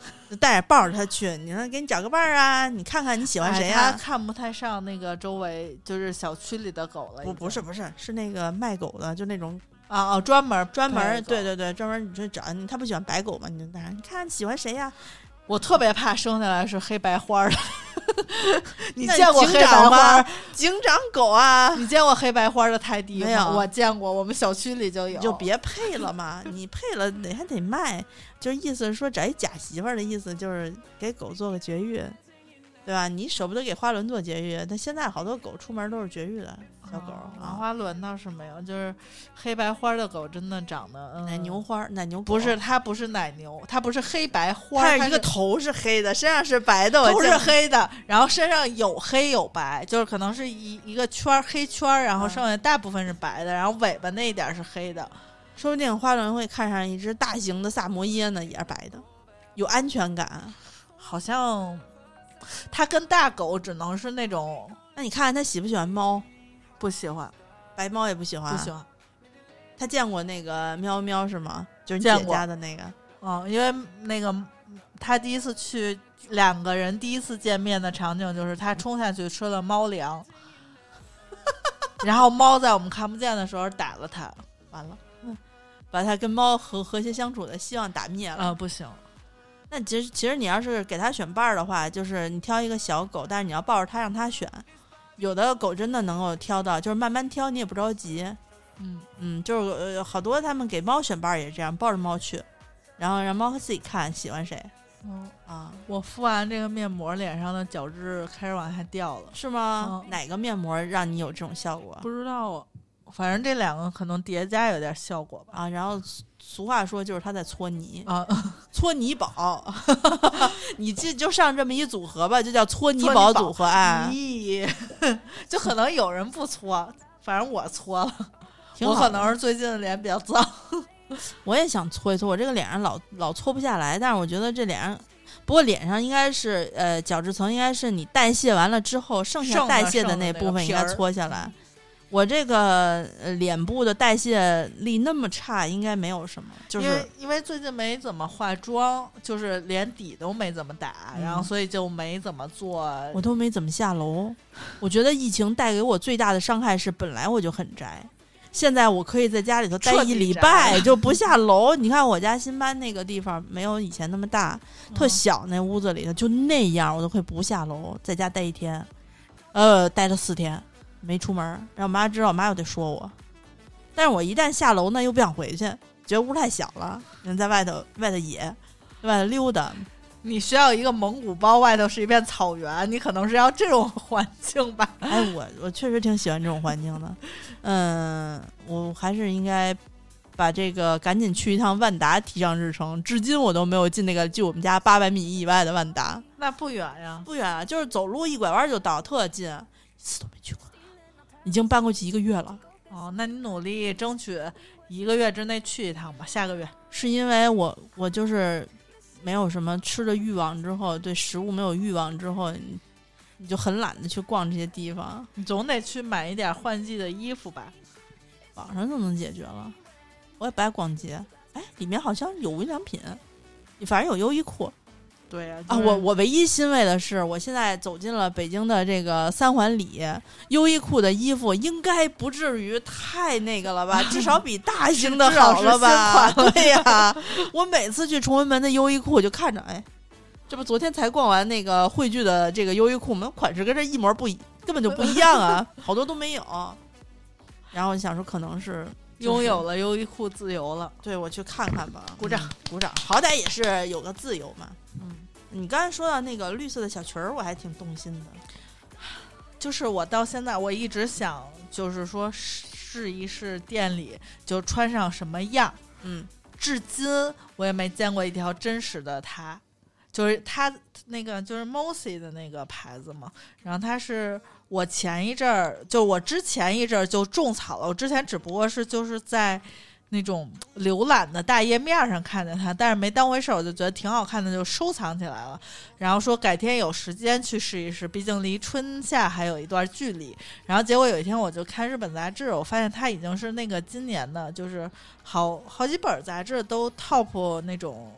就带着抱着它去，你说给你找个伴儿啊，你看看你喜欢谁呀、 哎他看不太上那个周围就是小区里的狗了。 不不是不是是那个卖狗的，就那种啊哦，专门专门配狗对对对专门你去找你，他不喜欢白狗吗？你就带上，你看你喜欢谁呀、 我特别怕生下来是黑白花的。你那见过黑白警长花吗？警长狗啊， 你见过黑白花的泰迪吗？ 没有我见过，我们小区里就有。 你就别配了嘛，你配了你还得卖，就是意思是说找一假媳妇儿的意思，就是给狗做个绝育，对吧？你舍不得给花轮做绝育，但现在好多狗出门都是绝育的小狗啊， 啊， 花轮倒是没有，就是黑白花的狗真的长得、嗯、 奶牛花奶牛狗不是，它不是奶牛，它不是黑白花， 它它是一个头是黑的，身上是白的，我头是见过黑的，然后身上有黑有白，就是可能是一一个圈黑圈，然后剩下大部分是白的，然后尾巴那一点是黑的。 说不定花轮会看上一只大型的萨摩耶呢，也是白的，有安全感。 好像它跟大狗只能是那种那你看看他喜不喜欢猫？ 不喜欢， 白猫也不喜欢， 不喜欢。 他见过那个喵喵是吗？就是你姐见过家的那个。 嗯，因为那个他第一次去两个人第一次见面的场景就是他冲下去吃了猫粮，然后猫在我们看不见的时候打了他， 完了，嗯，把他跟猫和和谐相处的希望打灭了。 呃，不行。 那其实其实你要是给他选伴儿的话，就是你挑一个小狗，但是你要抱着它让它选。有的狗真的能够挑到，就是慢慢挑，你也不着急。 嗯嗯，就是呃，好多他们给猫选伴儿也是这样，抱着猫去，然后让猫自己看喜欢谁嗯， 啊？ 我敷完这个面膜，脸上的角质开始往下掉了。 是吗？ 嗯哪个面膜让你有这种效果不知道啊，反正这两个可能叠加有点效果吧。 啊？然后俗俗话说就是他在搓泥， 啊， 搓泥宝，你这就上这么一组合吧，就叫搓泥搓泥宝宝组合啊， 咦，就可能有人不搓，反正我搓了。 挺好的我可能是最近脸比较脏。 我也想搓一搓，我这个脸上老老搓不下来，但是我觉得这脸上，不过脸上应该是呃角质层应该是你代谢完了之后剩下剩的代谢剩的那那部分应个皮儿该搓下来。我这个呃脸部的代谢力那么差，应该没有什么，就是因为因为最近没怎么化妆，就是连底都没怎么打， 嗯然后所以就没怎么做。 我都没怎么下楼。我觉得疫情带给我最大的伤害是，本来我就很宅。现在我可以在家里头待一礼拜就不下楼。你看我家新搬那个地方没有以前那么大， 嗯特小，那屋子里头就那样，我都可以不下楼，在家待一天，呃，待了四天没出门，让我妈知道，我妈又得说我。但是我一旦下楼呢，又不想回去，觉得屋太小了，人在外头外头野，在外头溜达。 你需要一个蒙古包，外头是一片草原，你可能是要这种环境吧？ 哎，我我确实挺喜欢这种环境的，嗯，我还是应该把这个赶紧去一趟万达提上日程。至今我都没有进那个距我们家八百米以外的万达， 那不远呀。 不远啊，就是走路一拐弯就到，特近，一次都没去过，已经搬过去一个月了。 哦，那你努力争取一个月之内去一趟吧，下个月。 是因为我我就是没有什么吃的欲望，之后对食物没有欲望之后，你你就很懒得去逛这些地方， 你总得去买一点换季的衣服吧？ 网上就能解决了。我也不爱逛街，哎，里面好像有无印良品，反正有优衣库。 对呀、 啊，我我唯一欣慰的是，我现在走进了北京的这个三环里，优衣库的衣服应该不至于太那个了吧，至少比大型的好了吧？对呀、啊，我每次去崇文门的优衣库，我就看着，哎，这不昨天才逛完那个汇聚的这个优衣库，我们款式跟这一模不一，根本就不一样啊，好多都没有。然后我想说，可能是。 拥有了优衣库自由了， 对，我去看看吧， 鼓掌、 嗯、鼓掌，好歹也是有个自由嘛。 嗯， 你刚才说到那个绿色的小裙儿，我还挺动心的。 就是我到现在我一直想，就是说试一试店里就穿上什么样。 嗯， 至今我也没见过一条真实的它，就是它那个就是 Mossy 的那个牌子嘛，然后它是。我前一阵儿，就我之前一阵儿就种草了。我之前只不过是就是在那种浏览的大页面上看见它，但是没当回事儿，我就觉得挺好看的，就收藏起来了。然后说改天有时间去试一试，毕竟离春夏还有一段距离。然后结果有一天我就看日本杂志，我发现它已经是那个今年的，就是好好几本杂志都 top 那种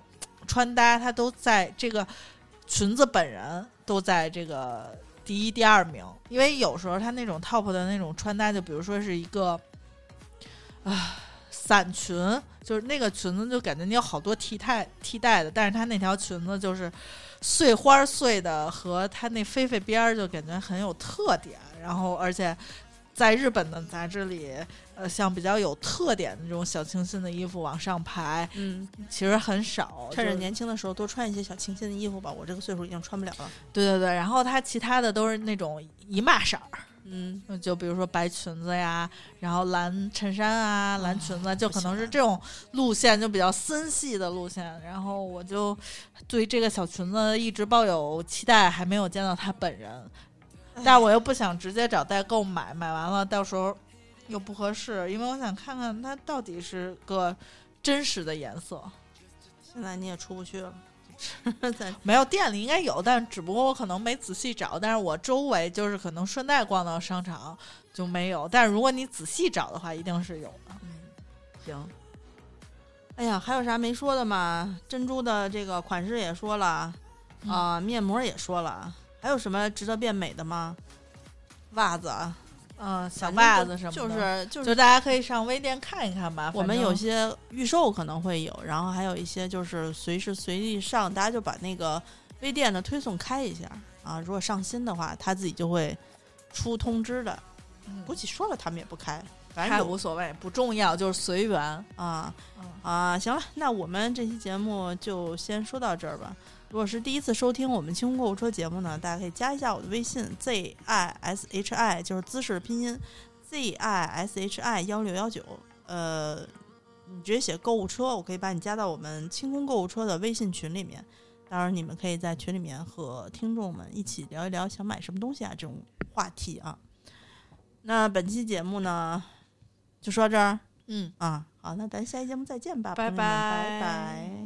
穿搭，它都在这个裙子本人都在这个第一、第二名。因为有时候它那种 top 的那种穿搭，就比如说是一个啊伞裙，就是那个裙子就感觉你有好多替代替代的，但是它那条裙子就是碎花碎的，和它那飞飞边儿就感觉很有特点。然后而且在日本的杂志里，呃，像比较有特点的这种小清新的衣服往上排， 嗯， 其实很少。 趁着年轻的时候多穿一些小清新的衣服吧，我这个岁数已经穿不了了。 对对对，然后它其他的都是那种一码色儿。 嗯， 就比如说白裙子呀，然后蓝衬衫啊，蓝裙子，就可能是这种路线，就比较森系的路线。然后我就对这个小裙子一直抱有期待，还没有见到他本人。但是我又不想直接找代购买，买完了到时候又不合适，因为我想看看它到底是个真实的颜色。 现在你也出不去了。 没有，店里应该有，但只不过我可能没仔细找，但是我周围就是可能顺带逛到商场就没有，但是如果你仔细找的话一定是有的。 嗯，行。哎呀，还有啥没说的吗？珍珠的这个款式也说了啊、 嗯呃，面膜也说了，还有什么值得变美的吗？袜子啊， 嗯，小袜子什么的， 就是就是， 就大家可以上微店看一看吧。 我们有些预售可能会有，然后还有一些就是随时随地上，大家就把那个微店的推送开一下啊。如果上新的话，他自己就会出通知的。 嗯、 估计说了他们也不开，反正正无所谓，不重要，就是随缘啊、 嗯、 啊。行了，那我们这期节目就先说到这儿吧。如果是第一次收听我们清空购物车节目呢，大家可以加一下我的微信 Z I S H I， 就是姿势的拼音 Z I S H I 一六一九。呃，你直接写购物车，我可以把你加到我们清空购物车的微信群里面。当然，你们可以在群里面和听众们一起聊一聊想买什么东西啊这种话题啊。那本期节目呢，就说到这儿。 嗯啊，好，那咱下期节目再见吧， 拜拜拜拜。